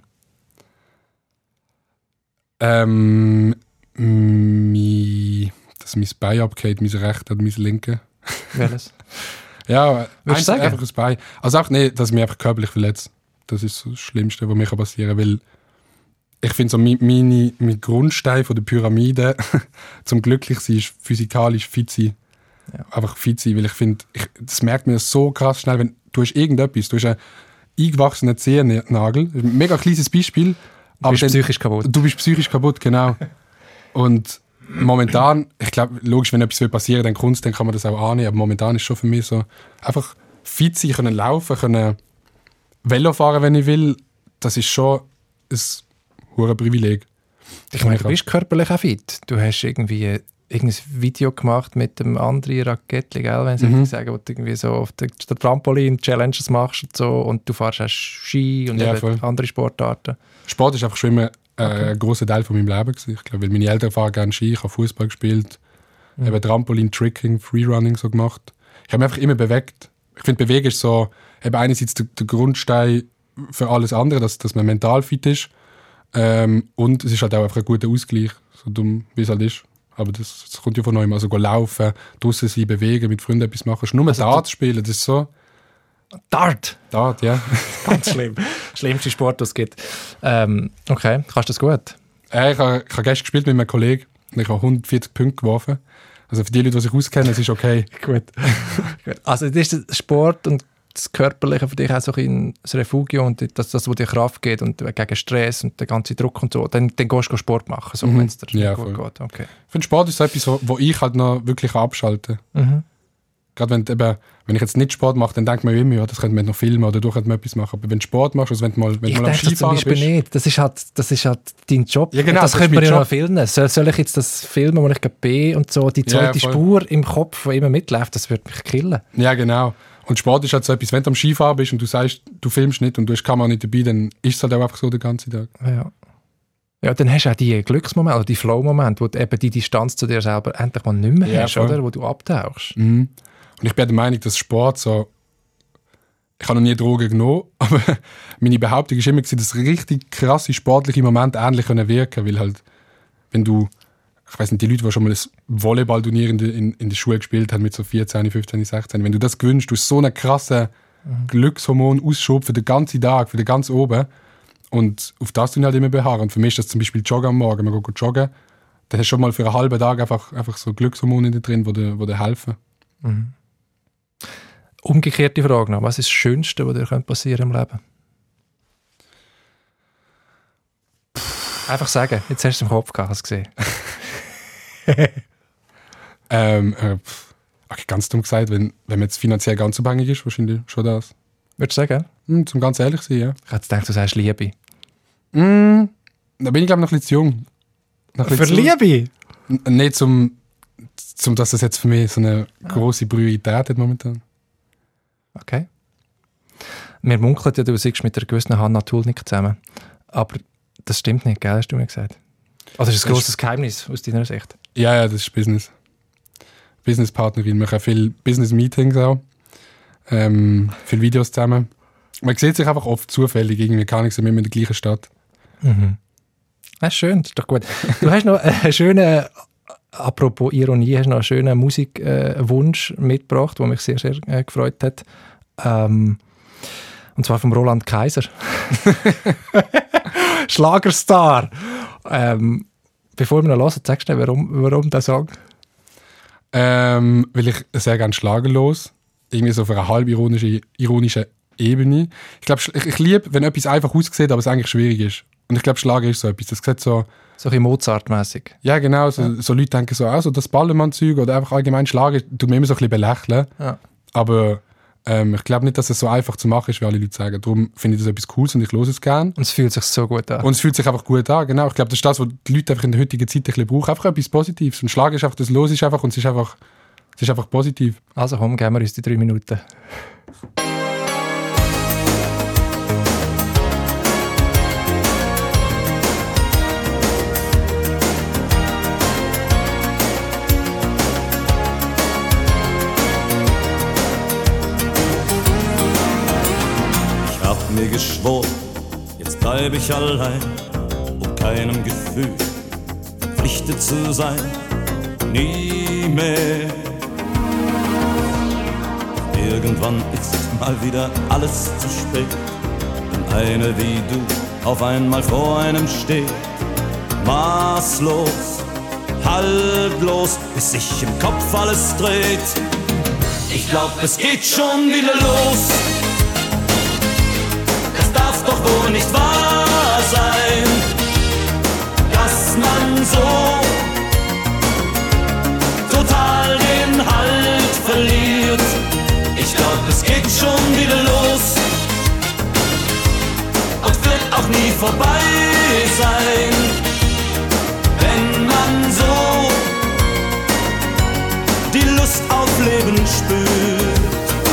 [SPEAKER 2] Leben?
[SPEAKER 3] Dass mein Bein abgeht, mein rechter oder mein linke.
[SPEAKER 2] Welches?
[SPEAKER 3] Ja,
[SPEAKER 2] einfach
[SPEAKER 3] das Bein. Also auch nicht, dass ich mich einfach körperlich verletze. Das ist das Schlimmste, was mir passieren kann, weil ich finde so mein Grundstein von der Pyramide zum Glücklichsein ist physikalisch fit sein. Ja. Einfach fit sein, weil ich finde, das merkt man so krass schnell, wenn du hast irgendetwas, du hast einen eingewachsenen Zehennagel, ein mega kleines Beispiel.
[SPEAKER 2] Du bist psychisch kaputt.
[SPEAKER 3] Du bist psychisch kaputt, genau. Und momentan, ich glaube, logisch, wenn etwas passieren will, dann kommt es, dann kann man das auch annehmen, aber momentan ist schon für mich so, einfach fit sein, können laufen, können Velo fahren, wenn ich will, das ist schon ein hohes Privileg.
[SPEAKER 2] Ich meine, du bist körperlich auch fit. Du hast irgendwie irgendein Video gemacht mit einem anderen Rakettli, gell, wenn sie sagen, wo du irgendwie so auf der Trampolin-Challenges machst und so, und du fährst auch Ski und andere Sportarten. Sport
[SPEAKER 3] ist einfach schon immer ein grosser Teil von meinem Leben gewesen. Ich glaube, weil meine Eltern fahren gerne Ski, ich habe Fußball gespielt, eben Trampolin, Tricking, Freerunning so gemacht. Ich habe mich einfach immer bewegt. Ich finde, Bewegen ist so eben einerseits der Grundstein für alles andere, dass man mental fit ist, und es ist halt auch einfach ein guter Ausgleich, so dumm wie es halt ist. Aber das kommt ja von neuem. Also laufen, draussen sein, bewegen, mit Freunden etwas machen. Nur Dart spielen, das ist so...
[SPEAKER 2] Dart,
[SPEAKER 3] ja.
[SPEAKER 2] Ganz schlimm. Schlimmste Sport, das es gibt. Okay, kannst du das gut?
[SPEAKER 3] Ich habe gestern gespielt mit einem Kollegen und ich habe 140 Punkte geworfen. Also für die Leute, die sich auskennen, es ist okay.
[SPEAKER 2] Gut. Also das ist Sport und das Körperliche für dich auch so ein Refugium und das, was dir Kraft gibt und gegen Stress und den ganzen Druck und so, dann gehst du Sport machen, so, wenn es dir gut geht. Okay.
[SPEAKER 3] Ich finde, Sport ist so etwas, wo ich halt noch wirklich abschalte. Gerade wenn ich jetzt nicht Sport mache, dann denkt man immer, ja, das könnte man noch filmen oder du könntest etwas machen. Aber wenn du Sport machst, also wenn du mal am Skifahren bist...
[SPEAKER 2] Nicht. Das ist halt dein Job.
[SPEAKER 3] Ja, genau,
[SPEAKER 2] das könnte man ja noch filmen. Soll ich jetzt das filmen, wo ich bin und so, die zweite Spur im Kopf, die immer mitläuft, das würde mich killen.
[SPEAKER 3] Ja, genau. Und Sport ist halt so etwas, wenn du am Skifahren bist und du sagst, du filmst nicht und du hast die Kamera nicht dabei, dann ist es halt auch einfach so den ganzen Tag.
[SPEAKER 2] Ja, dann hast du auch die Glücksmomente oder die Flow-Momente, wo du eben die Distanz zu dir selber endlich mal nicht mehr hast, oder? Wo du abtauchst.
[SPEAKER 3] Und ich bin der Meinung, dass Sport so... Ich habe noch nie Drogen genommen, aber meine Behauptung war immer, dass richtig krasse sportliche Momente ähnlich wirken können, weil halt, wenn du... Ich weiss nicht, die Leute, die schon mal ein Volleyballturnier in der Schule gespielt haben mit so 14, 15, 16, wenn du das gewünscht, du hast so einen krassen Glückshormon-Ausschub für den ganzen Tag, für den ganzen Oben. Und auf das tun halt immer beharren. Und für mich ist das zum Beispiel Joggen am Morgen. Man geht joggen, dann hast du schon mal für einen halben Tag einfach so Glückshormone drin, die dir helfen.
[SPEAKER 2] Umgekehrte Frage noch. Was ist das Schönste, was dir passieren im Leben? Einfach sagen. Jetzt hast du es im Kopf gehabt, hast du gesehen.
[SPEAKER 3] Ganz dumm gesagt, wenn man jetzt finanziell ganz abhängig ist, wahrscheinlich schon das.
[SPEAKER 2] Würdest du sagen?
[SPEAKER 3] Zum ganz ehrlich sein, ja.
[SPEAKER 2] Ich hätte gedacht, du sagst Liebe.
[SPEAKER 3] Da bin ich, glaube ich, noch ein bisschen zu jung.
[SPEAKER 2] Für Liebe?
[SPEAKER 3] Nicht zum, dass das jetzt für mich so eine grosse Priorität hat momentan.
[SPEAKER 2] Okay. Wir munkeln ja, du seist mit der gewissen Hanna Tulnik zusammen. Aber das stimmt nicht, gell? Hast du mir gesagt? Also ist das ein grosses Geheimnis aus deiner Sicht?
[SPEAKER 3] Ja, das ist Business. Businesspartnerin. Wir machen viele Business-Meetings auch. Viele Videos zusammen. Man sieht sich einfach oft zufällig. Irgendwie kann ich sie immer in der gleichen Stadt.
[SPEAKER 2] Mhm. Das ist schön, das ist doch gut. Du hast noch einen schönen, apropos Ironie, hast noch einen schönen Musikwunsch mitgebracht, der mich sehr, sehr gefreut hat. Und zwar vom Roland Kaiser. Schlagerstar. Bevor wir noch hören, sagst du warum der Song?
[SPEAKER 3] Weil ich sehr gerne schlagerlos, irgendwie so auf einer halb ironischen Ebene. Ich glaube, ich liebe, wenn etwas einfach aussieht, aber es eigentlich schwierig ist. Und ich glaube, Schlager ist so etwas. Das sieht so...
[SPEAKER 2] So ein bisschen Mozart-mässig.
[SPEAKER 3] Ja, genau. So Leute denken so, also das Ballermann-Zeug oder einfach allgemein Schlager, tut mir immer so ein bisschen belächeln.
[SPEAKER 2] Ja.
[SPEAKER 3] Aber ich glaube nicht, dass es so einfach zu machen ist, wie alle Leute sagen. Darum finde ich das etwas Cooles und ich höre es gerne.
[SPEAKER 2] Und es fühlt sich so gut an.
[SPEAKER 3] Und es fühlt sich einfach gut an, genau. Ich glaube, das ist das, was die Leute einfach in der heutigen Zeit ein bisschen brauchen. Einfach etwas Positives. Und Schlager ist einfach, das los ist einfach und es ist einfach positiv.
[SPEAKER 2] Also komm, geben wir uns die 3 Minuten.
[SPEAKER 5] Mir geschworen, jetzt bleib ich allein, um keinem Gefühl verpflichtet zu sein, nie mehr. Irgendwann ist mal wieder alles zu spät, wenn eine wie du auf einmal vor einem steht, maßlos, haltlos, bis sich im Kopf alles dreht. Ich glaub, es geht schon wieder los. Doch wohl nicht wahr sein, dass man so total den Halt verliert. Ich glaub, es geht schon wieder los und wird auch nie vorbei sein, wenn man so die Lust auf Leben spürt.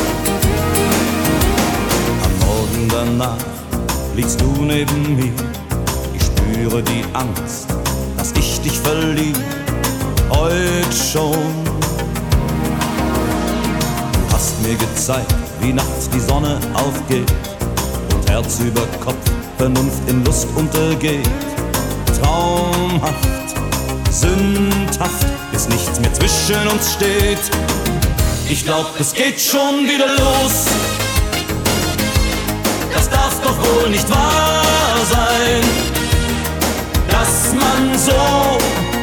[SPEAKER 5] Am Morgen danach liegst du neben mir, ich spüre die Angst, dass ich dich verliere, heut schon. Du hast mir gezeigt, wie nachts die Sonne aufgeht und Herz über Kopf, Vernunft in Lust untergeht. Traumhaft, sündhaft, bis nichts mehr zwischen uns steht. Ich glaub, es geht schon wieder los. Das darf doch wohl nicht wahr sein, dass man so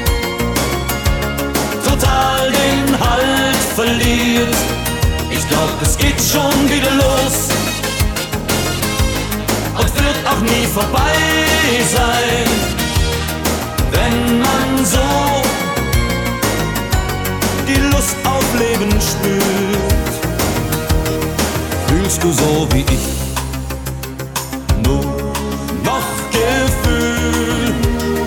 [SPEAKER 5] total den Halt verliert. Ich glaub, es geht schon wieder los und wird auch nie vorbei sein, wenn man so die Lust auf Leben spürt. Fühlst du so wie ich? Nur noch Gefühl.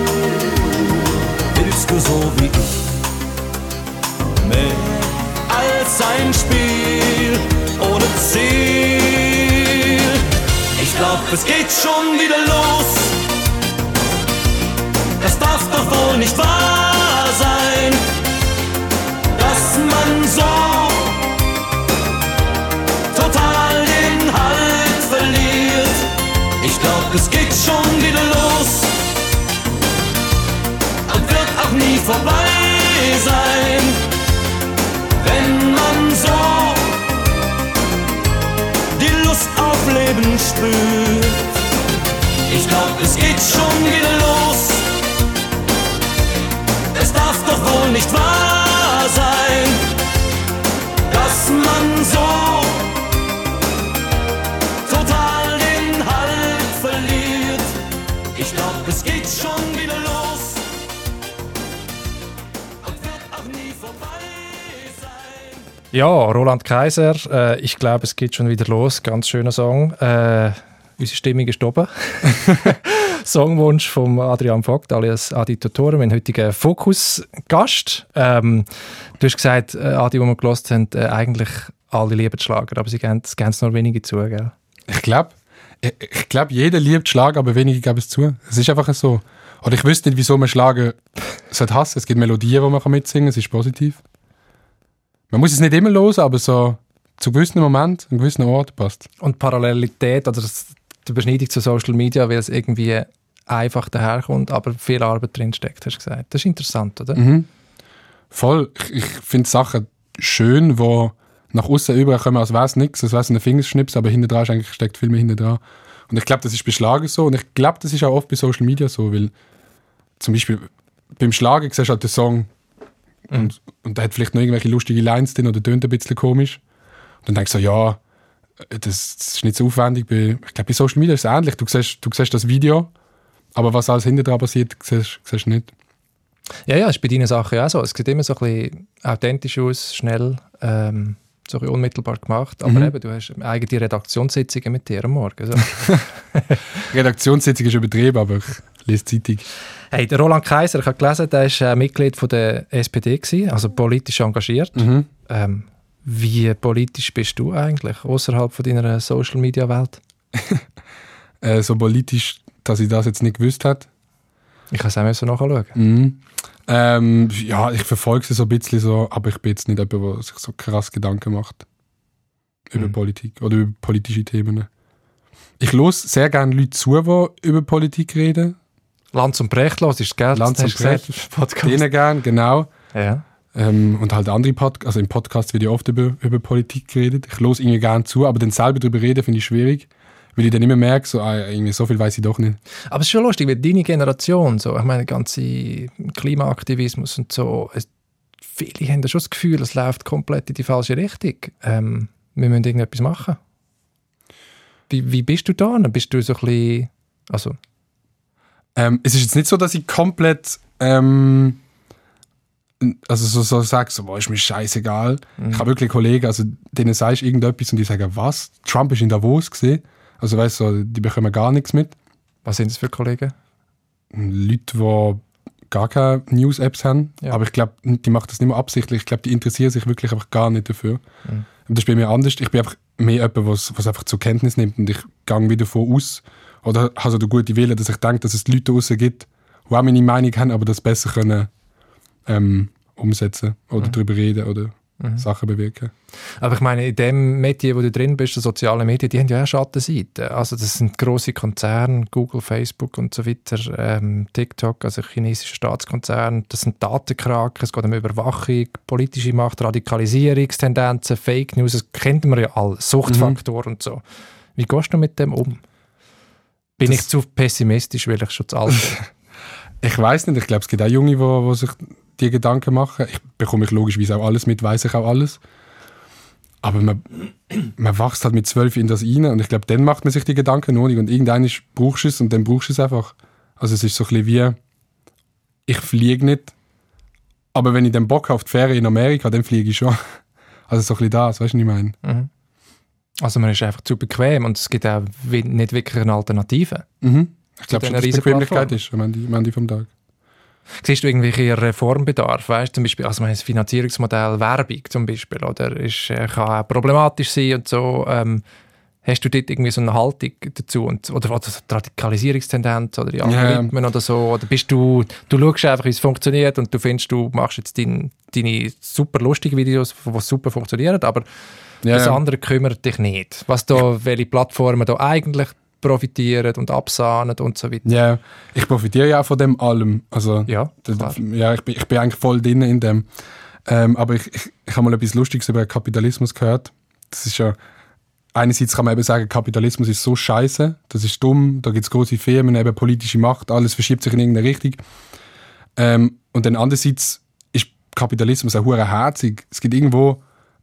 [SPEAKER 5] Willst du so wie ich? Mehr als ein Spiel ohne Ziel. Ich glaub, es geht schon wieder los. Das darf doch wohl nicht wahr sein, dass man so total den Halt verliert. Ich glaub, es geht schon wieder los und wird auch nie vorbei sein, wenn man so die Lust auf Leben spürt. Ich glaub, es geht schon wieder los. Es darf doch wohl nicht wahr sein, dass man so total den Halt verliert. Ich glaub, es geht schon wieder los und wird auch nie vorbei sein.
[SPEAKER 2] Ja, Roland Kaiser, ich glaube, es geht schon wieder los. Ganz schöner Song. Unsere Stimmung ist oben. Songwunsch von Adrian Vogt, alias Adi Totoro, mein heutiger Fokus-Gast. Du hast gesagt, Adi, wo wir gehört haben, eigentlich alle lieben Schlager, aber sie geben es nur wenige zu, gell?
[SPEAKER 3] Ich glaube, jeder liebt Schlager, aber wenige geben es zu. Es ist einfach so. Oder ich wüsste nicht, wieso man Schlager hassen. Es gibt Melodien, die man mitsingen kann, es ist positiv. Man muss es nicht immer hören, aber so zu gewissen Momenten, an gewissen Orten passt.
[SPEAKER 2] Und Parallelität oder die Überschneidung zu Social Media, weil es irgendwie einfach daherkommt, aber viel Arbeit drinsteckt, hast du gesagt. Das ist interessant, oder?
[SPEAKER 3] Mhm. Voll. Ich finde Sachen schön, die nach außen überall kommen, als wäre es nichts, als wäre es ein Fingerschnips, aber hinten dran steckt viel mehr hinten dran. Und ich glaube, das ist bei Schlager so und ich glaube, das ist auch oft bei Social Media so, weil zum Beispiel beim Schlager siehst du halt den Song und der hat vielleicht noch irgendwelche lustige Lines drin oder tönt ein bisschen komisch. Und dann denkst du so, ja, das ist nicht so aufwendig. Ich glaube, bei Social Media ist es ähnlich. Du siehst das Video, aber was alles hinten dran passiert, siehst du nicht.
[SPEAKER 2] Ja, ist bei deinen Sachen auch so. Es sieht immer so ein bisschen authentisch aus, schnell, so ein bisschen unmittelbar gemacht. Aber eben, du hast eigene Redaktionssitzungen mit dir am Morgen. So.
[SPEAKER 3] Redaktionssitzung ist übertrieben, aber ich lese Zeitung.
[SPEAKER 2] Hey, der Roland Kaiser, ich habe gelesen, der war Mitglied von der SPD gewesen, also politisch engagiert. Wie politisch bist du eigentlich außerhalb von deiner Social-Media-Welt?
[SPEAKER 3] So politisch, dass ich das jetzt nicht gewusst habe.
[SPEAKER 2] Ich kann es auch so nachschauen.
[SPEAKER 3] Ja, ich verfolge sie so ein bisschen so, aber ich bin jetzt nicht jemand, der sich so krass Gedanken macht über Politik oder über politische Themen. Ich höre sehr gerne Leute zu, die über Politik reden.
[SPEAKER 2] Lanz und Brecht los ist Geld.
[SPEAKER 3] Lanz und Brecht, denen gerne, genau.
[SPEAKER 2] Ja.
[SPEAKER 3] Und halt andere Podcasts, also im Podcast wird ja oft über Politik geredet. Ich höre irgendwie gerne zu, aber dann selber darüber reden finde ich schwierig, weil ich dann immer merke, irgendwie so viel weiß ich doch nicht.
[SPEAKER 2] Aber es ist schon lustig, weil deine Generation, so, ich meine, der ganze Klimaaktivismus und so, viele haben da schon das Gefühl, es läuft komplett in die falsche Richtung. Wir müssen irgendetwas machen. Wie bist du da? Bist du so ein bisschen, also...
[SPEAKER 3] Es ist jetzt nicht so, dass ich komplett also so sage, so, ist mir scheißegal. Ich habe wirklich Kollegen, also denen sagst du irgendetwas und die sagen, was? Trump ist in Davos gesehen. Also weißt du, die bekommen gar nichts mit.
[SPEAKER 2] Was sind das für Kollegen?
[SPEAKER 3] Leute, die gar keine News-Apps haben. Ja. Aber ich glaube, die machen das nicht mehr absichtlich. Ich glaube, die interessieren sich wirklich einfach gar nicht dafür. Und das ist bei mir anders. Ich bin einfach mehr jemand, was einfach zur Kenntnis nimmt und ich gehe wieder davon aus, oder habe so den guten Willen, dass ich denke, dass es Leute draussen gibt, die auch meine Meinung haben, aber das besser können umsetzen oder darüber reden oder Sachen bewirken.
[SPEAKER 2] Aber ich meine, in dem Medien, wo du drin bist, die sozialen Medien, die haben ja auch Schattenseiten. Also das sind grosse Konzerne, Google, Facebook und so weiter, TikTok, also chinesische Staatskonzerne, das sind Datenkraken, es geht um Überwachung, politische Macht, Radikalisierungstendenzen, Fake News, das kennt man ja alle, Suchtfaktor und so. Wie gehst du mit dem um? Bin ich zu pessimistisch, weil ich schon zu alt bin?
[SPEAKER 3] Ich weiss nicht, ich glaube, es gibt auch Junge, die sich die Gedanken machen. Ich bekomme logischerweise auch alles mit, weiss ich auch alles. Aber man wächst halt mit 12 in das rein und ich glaube, dann macht man sich die Gedanken noch nicht und irgendwann brauchst du es und dann brauchst du es einfach. Also es ist so ein bisschen wie, ich fliege nicht, aber wenn ich dann Bock habe auf die Ferien in Amerika, dann fliege ich schon. Also so ein bisschen das, weißt du, was ich meine?
[SPEAKER 2] Mhm. Also man ist einfach zu bequem und es gibt auch nicht wirklich eine Alternative.
[SPEAKER 3] Ich glaube schon, dass es Bequemlichkeit ist am Ende vom Tag.
[SPEAKER 2] Siehst du irgendwelche Reformbedarf? Weißt, zum Beispiel, also das Finanzierungsmodell Werbung zum Beispiel, oder kann auch problematisch sein und so. Hast du dort irgendwie so eine Haltung dazu? Oder die Radikalisierungstendenz oder die Algorithmen oder so? Oder bist du schaust einfach, wie es funktioniert und du findest, du machst jetzt deine super lustigen Videos, die super funktionieren, aber das andere kümmert dich nicht. Welche Plattformen da eigentlich profitieren und absahnen und so weiter.
[SPEAKER 3] Ja, ich profitiere ja auch von dem allem. Also, ich bin eigentlich voll drin in dem. Aber ich habe mal etwas Lustiges über Kapitalismus gehört. Das ist ja, einerseits kann man eben sagen, Kapitalismus ist so scheiße, das ist dumm, da gibt es große Firmen, eben politische Macht, alles verschiebt sich in irgendeine Richtung. Und dann andererseits ist Kapitalismus auch verdammt herzig. Es gibt irgendwo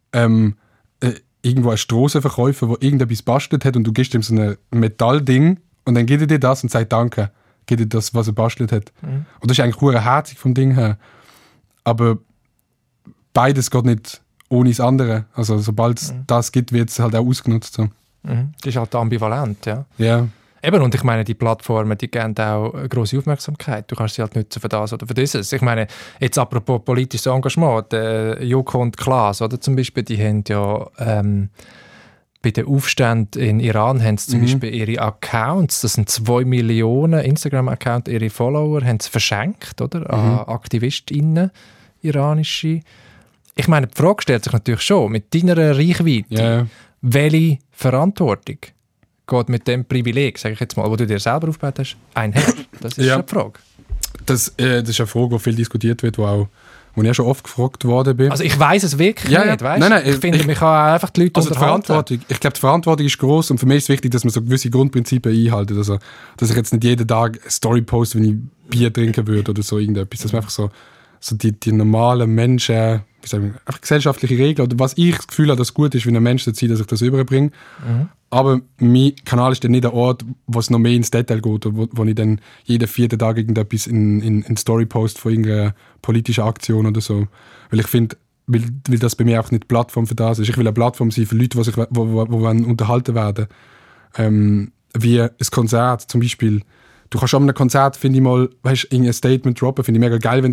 [SPEAKER 3] ein Strassenverkäufer, der irgendetwas bastelt hat und du gibst ihm so ein Metallding und dann gibt er dir das und sagt Danke, gibt dir das, was er bastelt hat. Und das ist eigentlich verdammt herzig vom Ding her. Aber beides geht nicht ohne das andere. Also sobald es das gibt, wird es halt auch ausgenutzt. So.
[SPEAKER 2] Das ist halt ambivalent, ja.
[SPEAKER 3] Ja.
[SPEAKER 2] Eben, und ich meine, die Plattformen, die geben auch eine grosse Aufmerksamkeit. Du kannst sie halt nutzen für das oder für dieses. Ich meine, jetzt apropos politisches Engagement, der Joko und Klaas, oder zum Beispiel, die haben ja bei den Aufständen in Iran haben sie zum Beispiel ihre Accounts, das sind 2 Millionen Instagram-Accounts, ihre Follower, haben sie verschenkt, oder? An AktivistInnen, iranische. Ich meine, die Frage stellt sich natürlich schon, mit deiner Reichweite, welche Verantwortung geht mit dem Privileg, sage ich jetzt mal, wo du dir selber aufgebaut hast, einher? Das ist eine Frage.
[SPEAKER 3] Das ist eine Frage, die viel diskutiert wird, wo ich ja schon oft gefragt worden bin.
[SPEAKER 2] Also ich weiss es wirklich nicht, weißt?
[SPEAKER 3] Nein,
[SPEAKER 2] ich finde, man kann einfach die Leute
[SPEAKER 3] unterhalten. Ich glaube, die Verantwortung ist gross und für mich ist es wichtig, dass man so gewisse Grundprinzipien einhalten. Also, dass ich jetzt nicht jeden Tag eine Story poste, wenn ich Bier trinken würde oder so irgendetwas. Dass man einfach so die normalen Menschen, wie sagen wir, einfach gesellschaftliche Regeln oder was ich das Gefühl habe, dass es gut ist, wenn ein Mensch dazu, dass ich das überbringe. Aber mein Kanal ist dann nicht der Ort, wo es noch mehr ins Detail geht, wo ich dann jeden 4. Tag irgendetwas in Story post von irgendeiner politischen Aktion oder so. Weil ich finde, weil das bei mir auch nicht die Plattform für das ist. Ich will eine Plattform sein für Leute, die unterhalten werden. Wie ein Konzert zum Beispiel. Du kannst an einem Konzert, finde ich mal, ein Statement droppen, finde ich mega geil,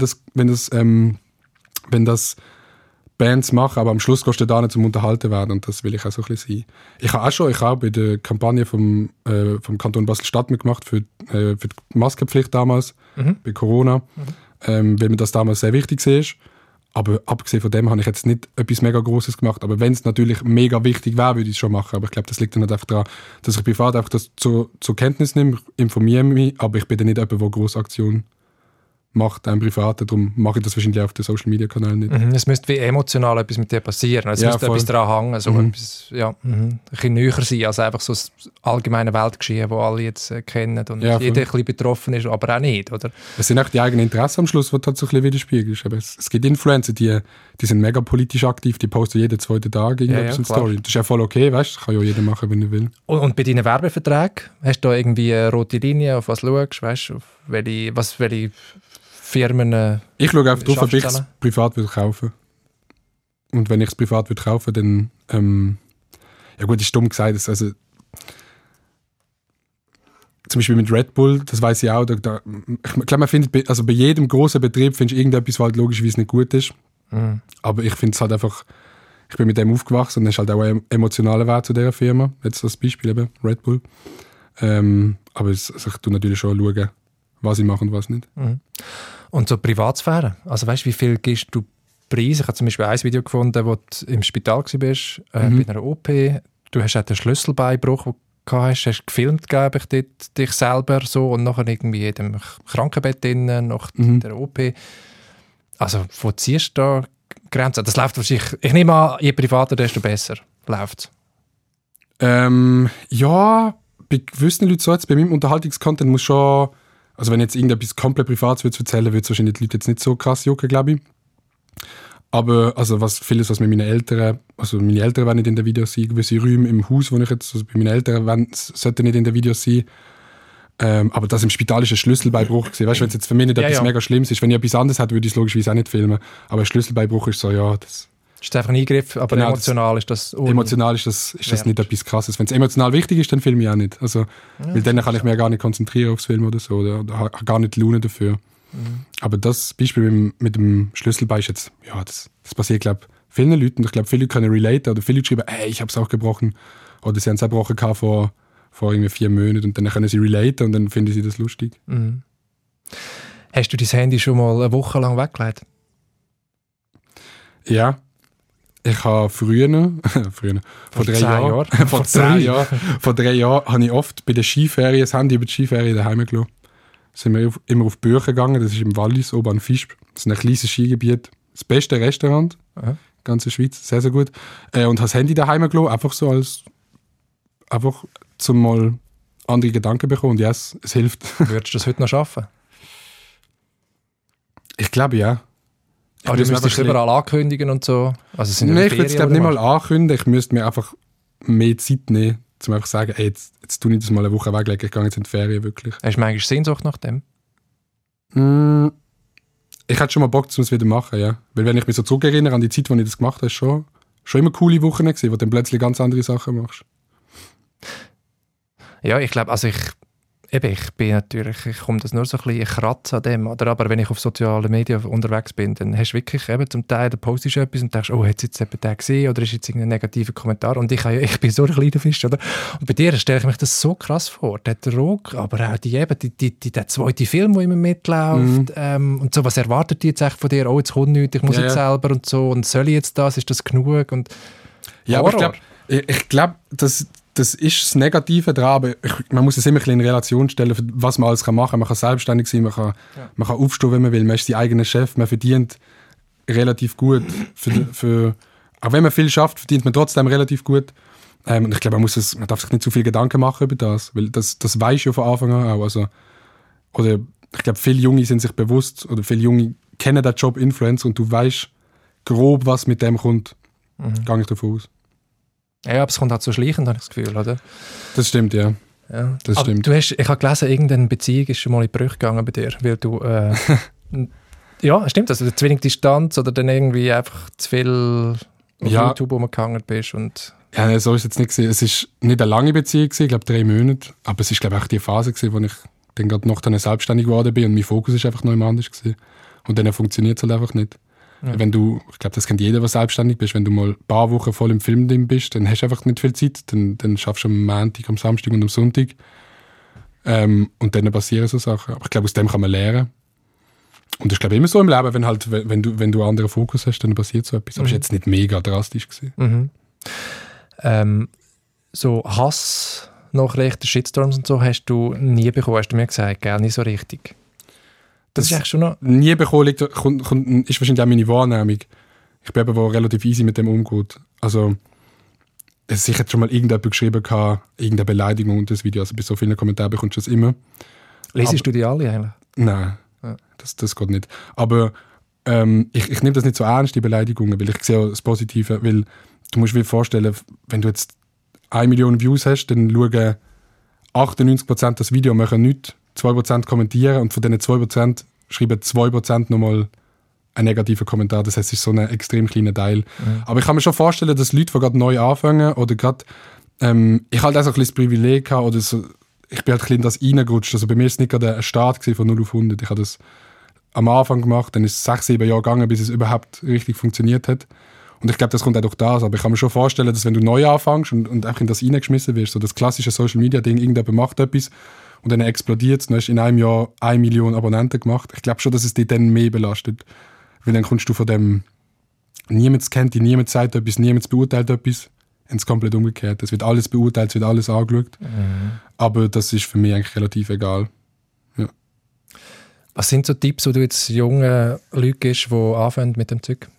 [SPEAKER 3] wenn das Bands machen, aber am Schluss gehst du da nicht zum Unterhalten werden und das will ich auch so ein bisschen sein. Ich habe bei der Kampagne vom Kanton Basel-Stadt mitgemacht für die Maskenpflicht damals, bei Corona, weil mir das damals sehr wichtig war. Aber abgesehen von dem habe ich jetzt nicht etwas mega Grosses gemacht. Aber wenn es natürlich mega wichtig wäre, würde ich es schon machen. Aber ich glaube, das liegt dann halt einfach daran, dass ich privat einfach das zur Kenntnis nehme, informiere mich, aber ich bin dann nicht jemand, der Grossaktionen macht, ein Privater. Darum mache ich das wahrscheinlich auf den Social-Media-Kanälen nicht.
[SPEAKER 2] Es müsste wie emotional etwas mit dir passieren. Es müsste etwas daran hängen, so etwas, ein bisschen näher sein als einfach so das allgemeine Weltgeschehen, das alle jetzt kennen und jeder ein bisschen betroffen ist, aber auch nicht, oder? Es
[SPEAKER 3] sind auch die eigenen Interessen am Schluss, die du halt so ein bisschen widerspiegelst. Aber es gibt Influencer, die sind mega politisch aktiv, die posten jeden 2. Tag irgendetwas in Story. Das ist ja voll okay, weißt du? Das kann ja jeder machen, wenn er will.
[SPEAKER 2] Und bei deinen Werbeverträgen, hast du da irgendwie eine rote Linie, auf was du schaust, weißt du? Welche Firmen. Ich
[SPEAKER 3] schaue einfach drauf, ob ich es privat will kaufen. Und wenn ich es privat will kaufen, dann ja gut, ist dumm gesagt. Also, zum Beispiel mit Red Bull, das weiß ich auch. Ich glaube, man findet, also bei jedem großen Betrieb findest du irgendetwas, was halt logischerweise nicht gut ist. Aber ich finde es halt einfach, ich bin mit dem aufgewachsen und es ist halt auch ein emotionaler Wert zu dieser Firma. Jetzt als Beispiel eben, Red Bull. Aber also ich tue natürlich schon schauen, was ich mache und was nicht.
[SPEAKER 2] Und so Privatsphäre, also weißt du, wie viel gibst du Preis? Ich habe zum Beispiel ein Video gefunden, wo du im Spital warst, bei einer OP. Du hast auch den Schlüsselbeinbruch, den du hast gefilmt, glaube ich, dich selber so und nachher irgendwie in dem Krankenbett drin, nach der OP. Also, wo ziehst du da Grenzen? Das läuft wahrscheinlich, ich nehme an, je privater, desto besser läuft es.
[SPEAKER 3] Ja, bei gewissen Leuten so jetzt, bei meinem Unterhaltungscontent muss schon. Also wenn jetzt irgendetwas komplett Privates erzählen würde, es wahrscheinlich die Leute jetzt nicht so krass jucken, glaube ich. Aber also vieles, was mit meinen Eltern, also meine Eltern werden nicht in den Videos sein, gewisse Räume im Haus, wo ich jetzt, also bei meinen Eltern sollten nicht in den Videos sein. Aber das im Spital ist ein Schlüsselbeinbruch gewesen. Weißt du, wenn es jetzt für mich nicht etwas mega Schlimmes ist, wenn ich etwas anderes hätte, würde ich es logischerweise auch nicht filmen. Aber ein Schlüsselbeinbruch ist so, ja, das...
[SPEAKER 2] Das ist einfach ein Eingriff, aber genau, emotional ist das...
[SPEAKER 3] Emotional ist das nicht etwas Krasses. Wenn es emotional wichtig ist, dann filme ich auch nicht. Also, weil dann kann ich mich ja gar nicht konzentrieren aufs Film oder so. Oder habe gar nicht die Laune dafür. Aber das Beispiel mit dem Schlüsselbein ist jetzt... Ja, das passiert, glaube ich, vielen Leuten. Ich glaube, viele Leute können relaten. Oder viele Leute schreiben, ich habe es auch gebrochen. Oder sie haben es auch gebrochen vor irgendwie 4 Monaten. Und dann können sie relaten und dann finden sie das lustig.
[SPEAKER 2] Hast du dein Handy schon mal eine Woche lang weggelegt?
[SPEAKER 3] Ja. Ich habe früher, vor 3 Jahren, vor 3 Jahren habe ich oft bei den Skiferien das Handy über die Skiferien daheim gelassen. Sind wir immer auf Bücher gegangen, das ist im Wallis, oben an Fischb. Das ist ein kleines Skigebiet. Das beste Restaurant, ganze Schweiz, sehr, sehr gut. Und habe das Handy daheim gelassen, einfach so einfach zum mal andere Gedanken bekommen. Und ja, es hilft.
[SPEAKER 2] Würdest du das heute noch schaffen?
[SPEAKER 3] Ich glaube, ja.
[SPEAKER 2] Aber du müsstest überall ankündigen und so? Also
[SPEAKER 3] Nein, ich würde es nicht mal ankündigen. Ich müsste mir einfach mehr Zeit nehmen, um einfach zu sagen, jetzt tue ich das mal eine Woche weglegen, ich gehe jetzt in die Ferien wirklich.
[SPEAKER 2] Hast du manchmal Sehnsucht nach dem?
[SPEAKER 3] Ich hätte schon mal Bock, um es wieder zu machen, ja. Weil wenn ich mich so zurückerinnere an die Zeit, wo ich das gemacht habe, schon immer coole Wochen gewesen, wo du dann plötzlich ganz andere Sachen machst.
[SPEAKER 2] Ja, ich glaube, also ich komme das nur so ein bisschen Kratz an dem, oder? Aber wenn ich auf sozialen Medien unterwegs bin, dann hast du wirklich eben zum Teil, da postest du etwas und denkst, oh, hat es jetzt jemand den gesehen oder ist jetzt irgendein negativer Kommentar? Und ich bin so ein kleiner Fisch, oder? Und bei dir stelle ich mich das so krass vor, der Druck, aber auch der zweite Film, der immer mitläuft und so, was erwartet die jetzt echt von dir? Oh, jetzt kommt nichts, ich muss jetzt selber und so und soll ich jetzt das, ist das genug? Und
[SPEAKER 3] ja, aber ich glaube, das ist das Negative daran, aber man muss es immer ein bisschen in Relation stellen, für was man alles machen kann. Man kann selbstständig sein, man kann aufstehen, wenn man will. Man ist sein eigener Chef, man verdient relativ gut. Auch wenn man viel schafft, verdient man trotzdem relativ gut. Und ich glaube, man darf sich nicht zu viel Gedanken machen über das, weil das weisst du ja von Anfang an auch. Also, oder ich glaube, viele Junge sind sich bewusst, oder viele Junge kennen den Job Influencer und du weißt grob, was mit dem kommt. Gehe ich davon aus.
[SPEAKER 2] Ja, aber es kommt halt so schleichend, habe ich das Gefühl, oder?
[SPEAKER 3] Das stimmt, ja. Das
[SPEAKER 2] aber
[SPEAKER 3] stimmt.
[SPEAKER 2] Ich habe gelesen, irgendeine Beziehung ist schon mal in die Brüche gegangen bei dir, weil du... ja, stimmt, also zu wenig Distanz oder dann irgendwie einfach zu viel auf YouTube rumgehangen bist und...
[SPEAKER 3] Ja, so ist es jetzt nicht gewesen. Es war nicht eine lange Beziehung gewesen, ich glaube 3 Monate, aber es war glaube ich auch die Phase gewesen, wo ich dann gerade noch selbstständig geworden bin und mein Fokus ist einfach noch immer anders gewesen. Und dann funktioniert es halt einfach nicht. Ja. Ich glaube, das kennt jeder, der selbstständig bist. Wenn du mal ein paar Wochen voll im Film drin bist, dann hast du einfach nicht viel Zeit. Dann schaffst du am Montag, am Samstag und am Sonntag. Und dann passieren so Sachen. Aber ich glaube, aus dem kann man lernen. Und ich glaube immer so im Leben, wenn du einen anderen Fokus hast, dann passiert so etwas. Aber es war jetzt nicht mega drastisch gewesen.
[SPEAKER 2] So Hassnachrichten, Shitstorms und so hast du nie bekommen, hast du mir gesagt, gell? Nicht so richtig. Das ist eigentlich schon noch...
[SPEAKER 3] Nie bekommen ist wahrscheinlich auch meine Wahrnehmung. Ich bin eben, der relativ easy mit dem umgeht. Also, ich hätte schon mal irgendjemand geschrieben, irgendeine Beleidigung unter das Video. Also bei so vielen Kommentaren bekommst du das immer.
[SPEAKER 2] Lesest du die alle eigentlich?
[SPEAKER 3] Nein, das geht nicht. Aber ich nehme das nicht so ernst, die Beleidigungen, weil ich sehe auch das Positive. Weil du musst dir vorstellen, wenn du jetzt 1 Million Views hast, dann schauen 98% das Video, machen nichts. 2% kommentieren und von diesen 2% schreiben 2% nochmal einen negativen Kommentar. Das heißt, es ist so ein extrem kleiner Teil. Aber ich kann mir schon vorstellen, dass Leute, die gerade neu anfangen oder gerade, ich halt auch so ein bisschen das Privileg gehabt, oder so, ich bin halt ein bisschen in das reingerutscht. Also bei mir war es nicht gerade ein Start von 0 auf 100. Ich habe das am Anfang gemacht, dann ist es 6-7 Jahre gegangen, bis es überhaupt richtig funktioniert hat. Und ich glaube, das kommt auch durch das. Aber ich kann mir schon vorstellen, dass wenn du neu anfängst und einfach in das reingeschmissen wirst, so das klassische Social-Media-Ding, irgendjemand macht etwas, und dann explodiert es, dann hast du in einem Jahr 1 Million Abonnenten gemacht. Ich glaube schon, dass es dich dann mehr belastet. Weil dann kommst du von dem, niemand kennt dich, niemand sagt etwas, niemand beurteilt etwas, ins komplett umgekehrt. Es wird alles beurteilt, es wird alles angeschaut. Aber das ist für mich eigentlich relativ egal. Ja.
[SPEAKER 2] Was sind so Tipps, die du jetzt jungen Leuten gibst, die anfangen mit dem Zeug?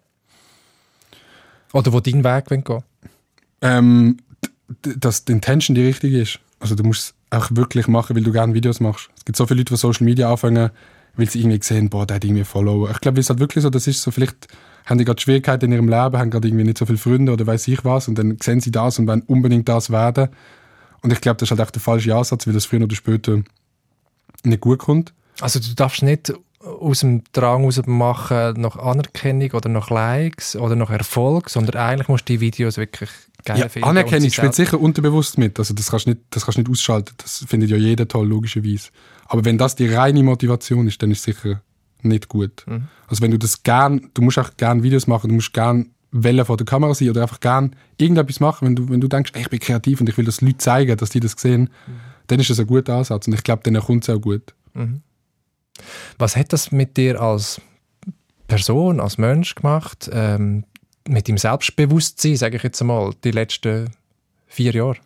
[SPEAKER 2] Oder wo dein Weg gehen?
[SPEAKER 3] Dass die Intention die richtige ist. Also du musst es auch wirklich machen, weil du gerne Videos machst. Es gibt so viele Leute, die Social Media anfangen, weil sie irgendwie sehen, der hat irgendwie Follower. Ich glaube, es ist halt wirklich so, das ist so, vielleicht haben die gerade Schwierigkeiten in ihrem Leben, haben gerade irgendwie nicht so viele Freunde oder weiß ich was und dann sehen sie das und wollen unbedingt das werden. Und ich glaube, das ist halt auch der falsche Ansatz, weil das früher oder später nicht gut kommt.
[SPEAKER 2] Also du darfst nicht aus dem Drang heraus machen nach Anerkennung oder nach Likes oder nach Erfolg, sondern eigentlich musst du die Videos wirklich geil finden.
[SPEAKER 3] Anerkennung spielt sicher unterbewusst mit. Also das kannst du nicht ausschalten. Das findet ja jeder toll, logischerweise. Aber wenn das die reine Motivation ist, dann ist es sicher nicht gut. Also wenn du das du musst auch gerne Videos machen, du musst gerne Welle vor der Kamera sein oder einfach gerne irgendetwas machen, wenn du denkst, ich bin kreativ und ich will das Leute zeigen, dass die das sehen, dann ist das ein guter Ansatz und ich glaube, dann kommt es auch gut.
[SPEAKER 2] Was hat das mit dir als Person, als Mensch gemacht, mit dem Selbstbewusstsein, sage ich jetzt einmal, die letzten 4 Jahre?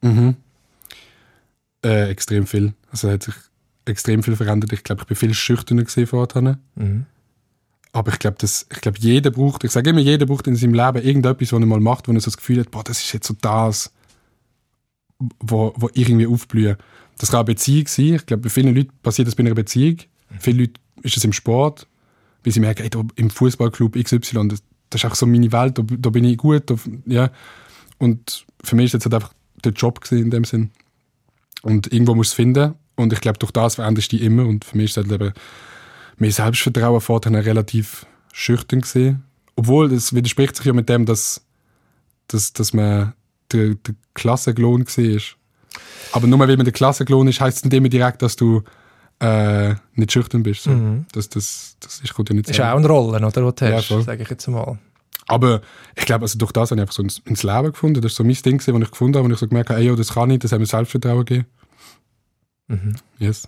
[SPEAKER 3] Extrem viel. Also hat sich extrem viel verändert. Ich glaube, ich bin viel schüchterner gewesen vorher. Aber ich glaube, jeder braucht in seinem Leben irgendetwas, was er mal macht, wo er so das Gefühl hat, das ist jetzt so das, wo irgendwie aufblühen. Das kann eine Beziehung sein. Ich glaube, bei vielen Leuten passiert das bei einer Beziehung. Viele Leute ist es im Sport, weil sie merken, im Fußballclub XY, das ist auch so meine Welt, da bin ich gut. Ja. Und für mich ist jetzt halt einfach der Job gewesen in dem Sinn. Und irgendwo musst du es finden. Und ich glaube, durch das veränderst du dich immer. Und für mich ist es halt eben Mein Selbstvertrauen vorher relativ schüchtern gesehen. Obwohl, das widerspricht sich ja mit dem, dass man der Klassenlohn war. Aber nur weil man der Klassenlohn ist, heisst es nicht immer direkt, dass du nicht schüchtern bist. So. Das kommt ja nicht
[SPEAKER 2] Das ist auch eine Rolle, oder, die du hast,
[SPEAKER 3] voll.
[SPEAKER 2] sage ich jetzt mal.
[SPEAKER 3] Aber ich glaube, also durch das habe ich einfach so ins Leben gefunden. Das ist so mein Ding, das ich gefunden habe, und ich so gemerkt habe, das kann ich, das hat mir Selbstvertrauen gegeben. Yes.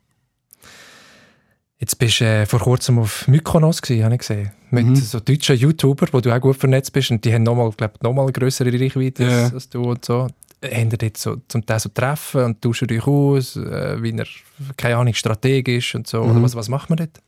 [SPEAKER 2] Jetzt bist du vor kurzem auf Mykonos gewesen, habe ich gesehen. Mit so deutschen YouTubern, wo du auch gut vernetzt bist. Und die haben nochmal eine grössere Reichweite als du und so. Habt ihr dort so, zum Teil so Treffen und tauschen euch aus, wie er, keine Ahnung, strategisch und so. Oder was macht man dort?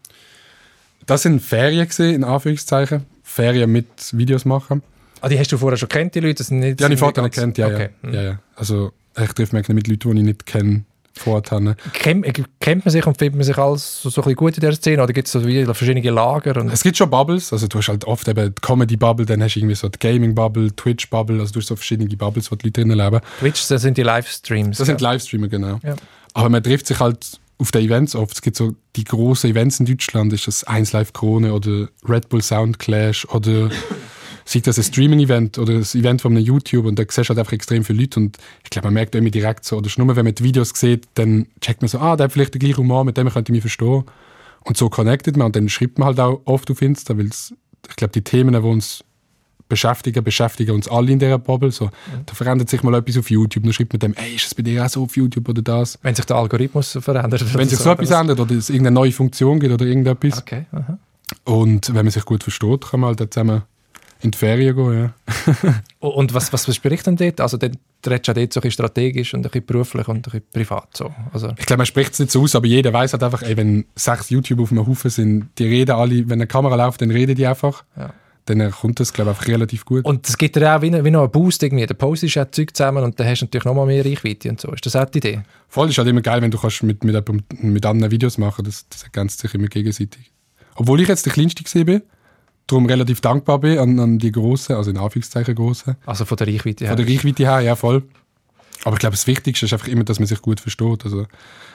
[SPEAKER 3] Das sind Ferien gewesen, in Anführungszeichen. Ferien mit Videos machen.
[SPEAKER 2] Ah, die hast du vorher schon kennt, die Leute? Das sind nicht,
[SPEAKER 3] Ja, die vorher kennt, ja.
[SPEAKER 2] Okay.
[SPEAKER 3] Ja. Also ich treffe mich mit Leuten, die ich nicht kenne, vorher.
[SPEAKER 2] Kennt man sich und findet man sich alles so ein bisschen gut in dieser Szene? Oder gibt es so wie verschiedene Lager? Und
[SPEAKER 3] Es gibt schon Bubbles, also du hast halt oft eben die Comedy-Bubble, dann hast du irgendwie so die Gaming-Bubble, Twitch-Bubble, also du hast so verschiedene Bubbles, wo die Leute drinnen leben.
[SPEAKER 2] Twitch, das sind die Livestreams.
[SPEAKER 3] Das sind Livestreamer, genau.
[SPEAKER 2] Ja.
[SPEAKER 3] Aber man trifft sich halt auf den Events oft. Es gibt so die grossen Events in Deutschland, ist das 1 Live Krone oder Red Bull Sound Clash oder sei das ein Streaming-Event oder ein Event von einem YouTube, und da siehst du halt einfach extrem viele Leute, und ich glaube, man merkt irgendwie direkt so, oder nur wenn man die Videos sieht, dann checkt man so, der hat vielleicht den gleichen Humor, mit dem könnte ich mich verstehen, und so connectet man, und dann schreibt man halt auch oft auf Insta, weil ich glaube, die Themen, die uns beschäftigen uns alle in dieser Bubble. So, da verändert sich mal etwas auf YouTube, dann schreibt man dem, ist es bei dir auch so auf YouTube oder das?
[SPEAKER 2] Wenn sich der Algorithmus verändert.
[SPEAKER 3] Wenn sich so etwas ändert oder es irgendeine neue Funktion gibt oder irgendetwas.
[SPEAKER 2] Okay, aha.
[SPEAKER 3] Und wenn man sich gut versteht, kann man halt dann zusammen in die Ferien gehen, ja.
[SPEAKER 2] Und was bespricht denn dort? Also, dann redest du auch dort so ein bisschen strategisch und ein bisschen beruflich und ein bisschen privat. So. Also.
[SPEAKER 3] Ich glaube, man spricht es nicht so aus, aber jeder weiß halt einfach, wenn 6 YouTube auf einem Haufen sind, die reden alle, wenn eine Kamera läuft, dann reden die einfach. Ja. Dann kommt das, glaube ich, einfach relativ gut.
[SPEAKER 2] Und es gibt dir auch wie noch einen Boost irgendwie. Der Post ist ja Zeug zusammen und dann hast du natürlich noch mal mehr Reichweite und so. Ist das auch die Idee?
[SPEAKER 3] Voll, ist halt immer geil, wenn du kannst mit anderen Videos machen kannst. Das ergänzt sich immer gegenseitig. Obwohl ich jetzt der Kleinste gesehen bin, darum relativ dankbar bin an die Grossen, also in Anführungszeichen Grossen.
[SPEAKER 2] Also von der Reichweite her?
[SPEAKER 3] Von der Reichweite her, ja, voll. Aber ich glaube, das Wichtigste ist einfach immer, dass man sich gut versteht. Also,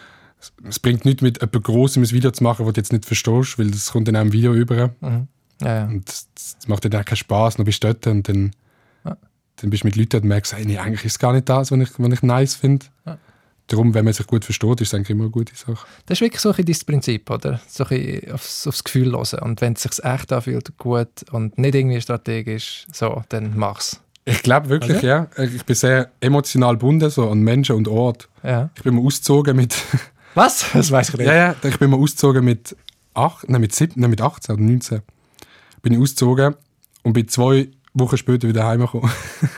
[SPEAKER 3] es bringt nichts, mit jemandem Grossem ein Video zu machen, das du jetzt nicht verstehst, weil das kommt in einem Video über.
[SPEAKER 2] Ja.
[SPEAKER 3] Und das macht dir dann keinen Spass, dann bist du dort und dann bist du mit Leuten und merkst, nee, eigentlich ist es gar nicht das, was ich nice finde. Ja. Darum, wenn man sich gut versteht, ist es eigentlich immer eine gute Sache. Das
[SPEAKER 2] ist wirklich so ein bisschen das Prinzip, oder? So ein bisschen aufs Gefühl hören. Und wenn es sich echt anfühlt, gut und nicht irgendwie strategisch, so, dann mach's.
[SPEAKER 3] Ich glaube wirklich, ja. Ich bin sehr emotional gebunden so an Menschen und Ort.
[SPEAKER 2] Ja.
[SPEAKER 3] Ich bin mal ausgezogen mit...
[SPEAKER 2] Was? Das weiss ich nicht.
[SPEAKER 3] Ja, ich bin mal ausgezogen mit 18 oder 19. Bin ich ausgezogen und bin 2 Wochen später wieder heimgekommen.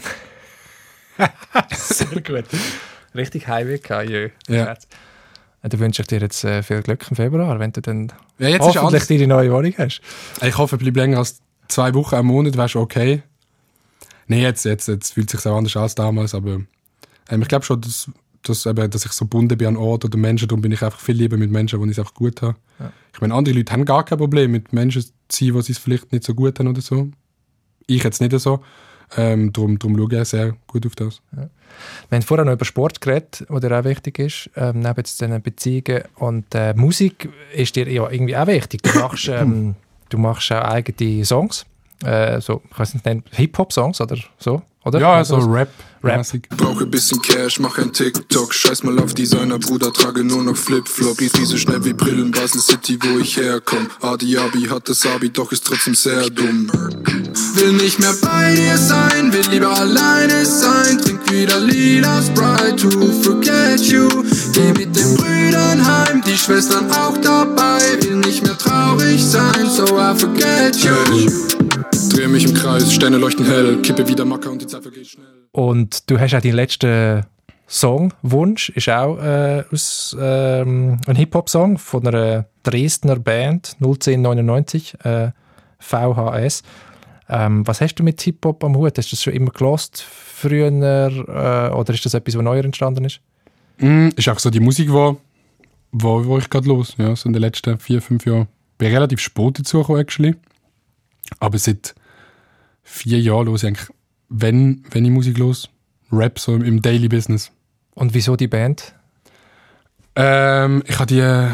[SPEAKER 2] Sehr gut. Richtig Heimweh gehabt,
[SPEAKER 3] ja.
[SPEAKER 2] Da wünsche ich dir jetzt viel Glück im Februar, wenn du dann
[SPEAKER 3] jetzt
[SPEAKER 2] hoffentlich deine neue Wohnung hast.
[SPEAKER 3] Ich hoffe, es bleibt länger als 2 Wochen im Monat, wäre schon okay. Nee, jetzt fühlt es sich auch anders an als damals, aber ich glaube schon, dass ich so gebunden bin an Ort oder Menschen, darum bin ich einfach viel lieber mit Menschen, die ich es auch gut habe. Ja. Ich meine, andere Leute haben gar kein Problem mit Menschen zu sein, die es vielleicht nicht so gut haben oder so. Ich jetzt nicht so. Darum schaue ich sehr gut auf das.
[SPEAKER 2] Ja. Wir haben vorher noch über Sport geredet, was dir auch wichtig ist, neben jetzt den Beziehungen. Und Musik ist dir ja irgendwie auch wichtig. Du machst auch eigene Songs. So, ich weiß nicht, Hip-Hop-Songs oder so, oder?
[SPEAKER 3] Ja, so Rap.
[SPEAKER 4] Brauche bisschen Cash, mach ein TikTok. Scheiß mal auf Designer, Bruder, trage nur noch Flip-Flop. Riech so schnell wie Brillen, Basel City, wo ich herkomme. Adi Abi hat das Abi, doch ist trotzdem sehr dumm. Will nicht mehr bei dir sein, will lieber alleine sein. Trink wieder lila Sprite to forget you. Geh mit den Brüdern heim, die Schwestern auch dabei. Will nicht mehr traurig sein, so I forget you. Drehe mich im Kreis, Sterne leuchten hell, kippe wieder Macker und die Zeit vergeht schnell.
[SPEAKER 2] Und du hast auch deinen letzten Songwunsch, ist auch aus ein Hip-Hop-Song von einer Dresdner Band 01099, VHS. Was hast du mit Hip-Hop am Hut? Hast du das schon immer gelost früher oder ist das etwas, was neuer entstanden ist?
[SPEAKER 3] Ist auch so die Musik, wo ich gerade los, ja, so in den letzten 4-5 Jahren. Bin relativ spät dazu gekommen, actually. Aber seit 4 Jahren los eigentlich, wenn ich Musik los, Rap so im Daily Business.
[SPEAKER 2] Und wieso die Band?
[SPEAKER 3] Ich habe die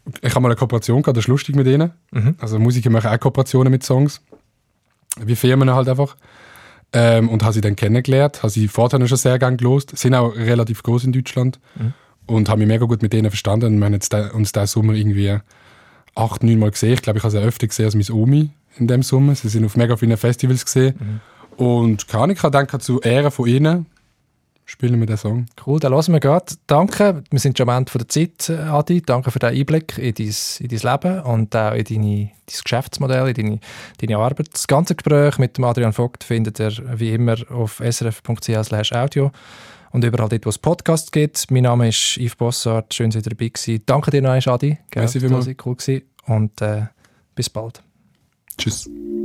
[SPEAKER 3] ich habe mal eine Kooperation gehabt, das ist lustig mit denen. Also Musiker machen auch Kooperationen mit Songs. Wie Firmen halt einfach. Und habe sie dann kennengelernt, habe sie vorher schon sehr gerne gelost. Sind auch relativ groß in Deutschland. Und habe mich mega gut mit denen verstanden. Wir haben jetzt uns diesen Sommer irgendwie 8-9 Mal gesehen. Ich glaube, ich habe sie öfter gesehen als meine Omi in dem Sommer. Sie sind auf mega vielen Festivals gesehen. Und kann ich denke, zu Ehren von ihnen spielen wir den Song.
[SPEAKER 2] Cool, dann hören wir gerade. Danke, wir sind schon am Ende der Zeit, Adi. Danke für den Einblick in dein Leben und auch in dein Geschäftsmodell, in deine Arbeit. Das ganze Gespräch mit dem Adrian Vogt findet ihr wie immer auf srf.ch/audio und überall dort, wo es Podcasts gibt. Mein Name ist Yves Bossart, schön, dass ihr dabei gewesen. Danke dir noch einmal, Adi.
[SPEAKER 3] Merci vielmals.
[SPEAKER 2] Das war cool gewesen. Und bis bald.
[SPEAKER 3] Tschüss.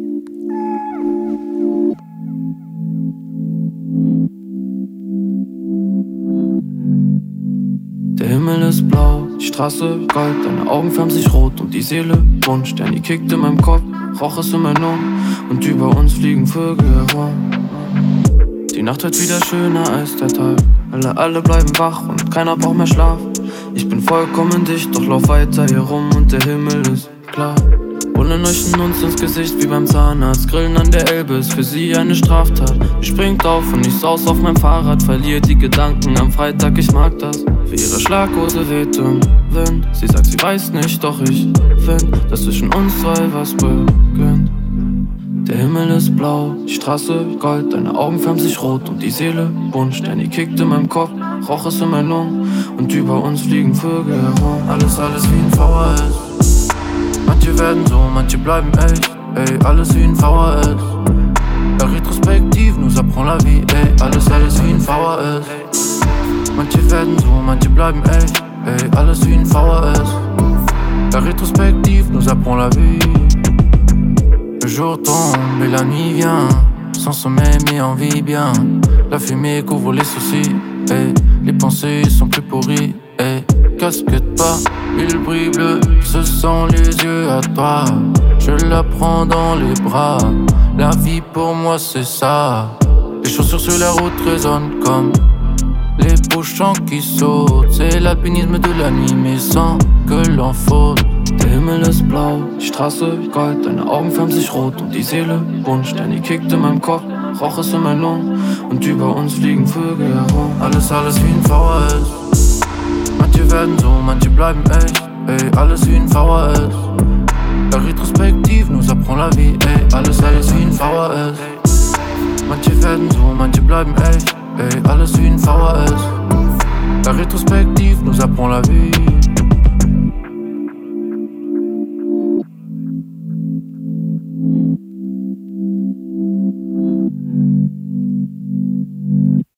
[SPEAKER 6] Der Himmel ist blau, die Straße gold, deine Augen färben sich rot und die Seele bunt. Sterni kickt in meinem Kopf, Rauch ist in meinem Lungen und über uns fliegen Vögel herum. Die Nacht wird wieder schöner als der Tag, alle bleiben wach und keiner braucht mehr Schlaf. Ich bin vollkommen dicht, doch lauf weiter hier rum und der Himmel ist klar. Ohne leuchten uns ins Gesicht wie beim Zahnarzt. Grillen an der Elbe ist für sie eine Straftat. Sie springt auf und ich saus auf meinem Fahrrad. Verliert die Gedanken am Freitag, ich mag das. Für ihre Schlaghose weht im Wind. Sie sagt, sie weiß nicht, doch ich find, dass zwischen uns zwei was beginnt. Der Himmel ist blau, die Straße gold, deine Augen färben sich rot und die Seele bunt. Sterni kickt in meinem Kopf, Rauch ist in meinen Lungen und über uns fliegen Vögel herum. Alles wie ein VHS. Manche werden so, manche bleiben echt, ey, alles wie ein VHS. La rétrospective nous apprend la vie, ey, alles wie ein VHS. Manche werden so, manche bleiben echt, ey, alles wie ein VHS. La rétrospective nous apprend la vie. Le jour tombe et la nuit vient, sans sommeil mais on vit bien. La fumée couvre les soucis, ey, les pensées sont plus pourries, ey. Casquette pas, il brille bleu, ce sont les yeux à toi. Je la prends dans les bras, la vie pour moi c'est ça. Les chaussures sur la route résonnent comme les bouchons qui sautent. C'est l'alpinisme de la nuit mais sans que l'on faute. Der Himmel ist blau, die Straße gold, deine Augen färben sich rot und die Seele bunt. Sterni kickt in meinem Kopf, Rauch ist in meinen Lungen und über uns fliegen Vögel herum. Alles wie ein VHS. Manche werden so, manche bleiben echt, ey, alles wie ein VHS. La rétrospective nous apprend la vie, ey, alles wie ein VHS. Manche werden so, manche bleiben echt, ey, alles wie ein VHS. La rétrospective nous apprend la vie.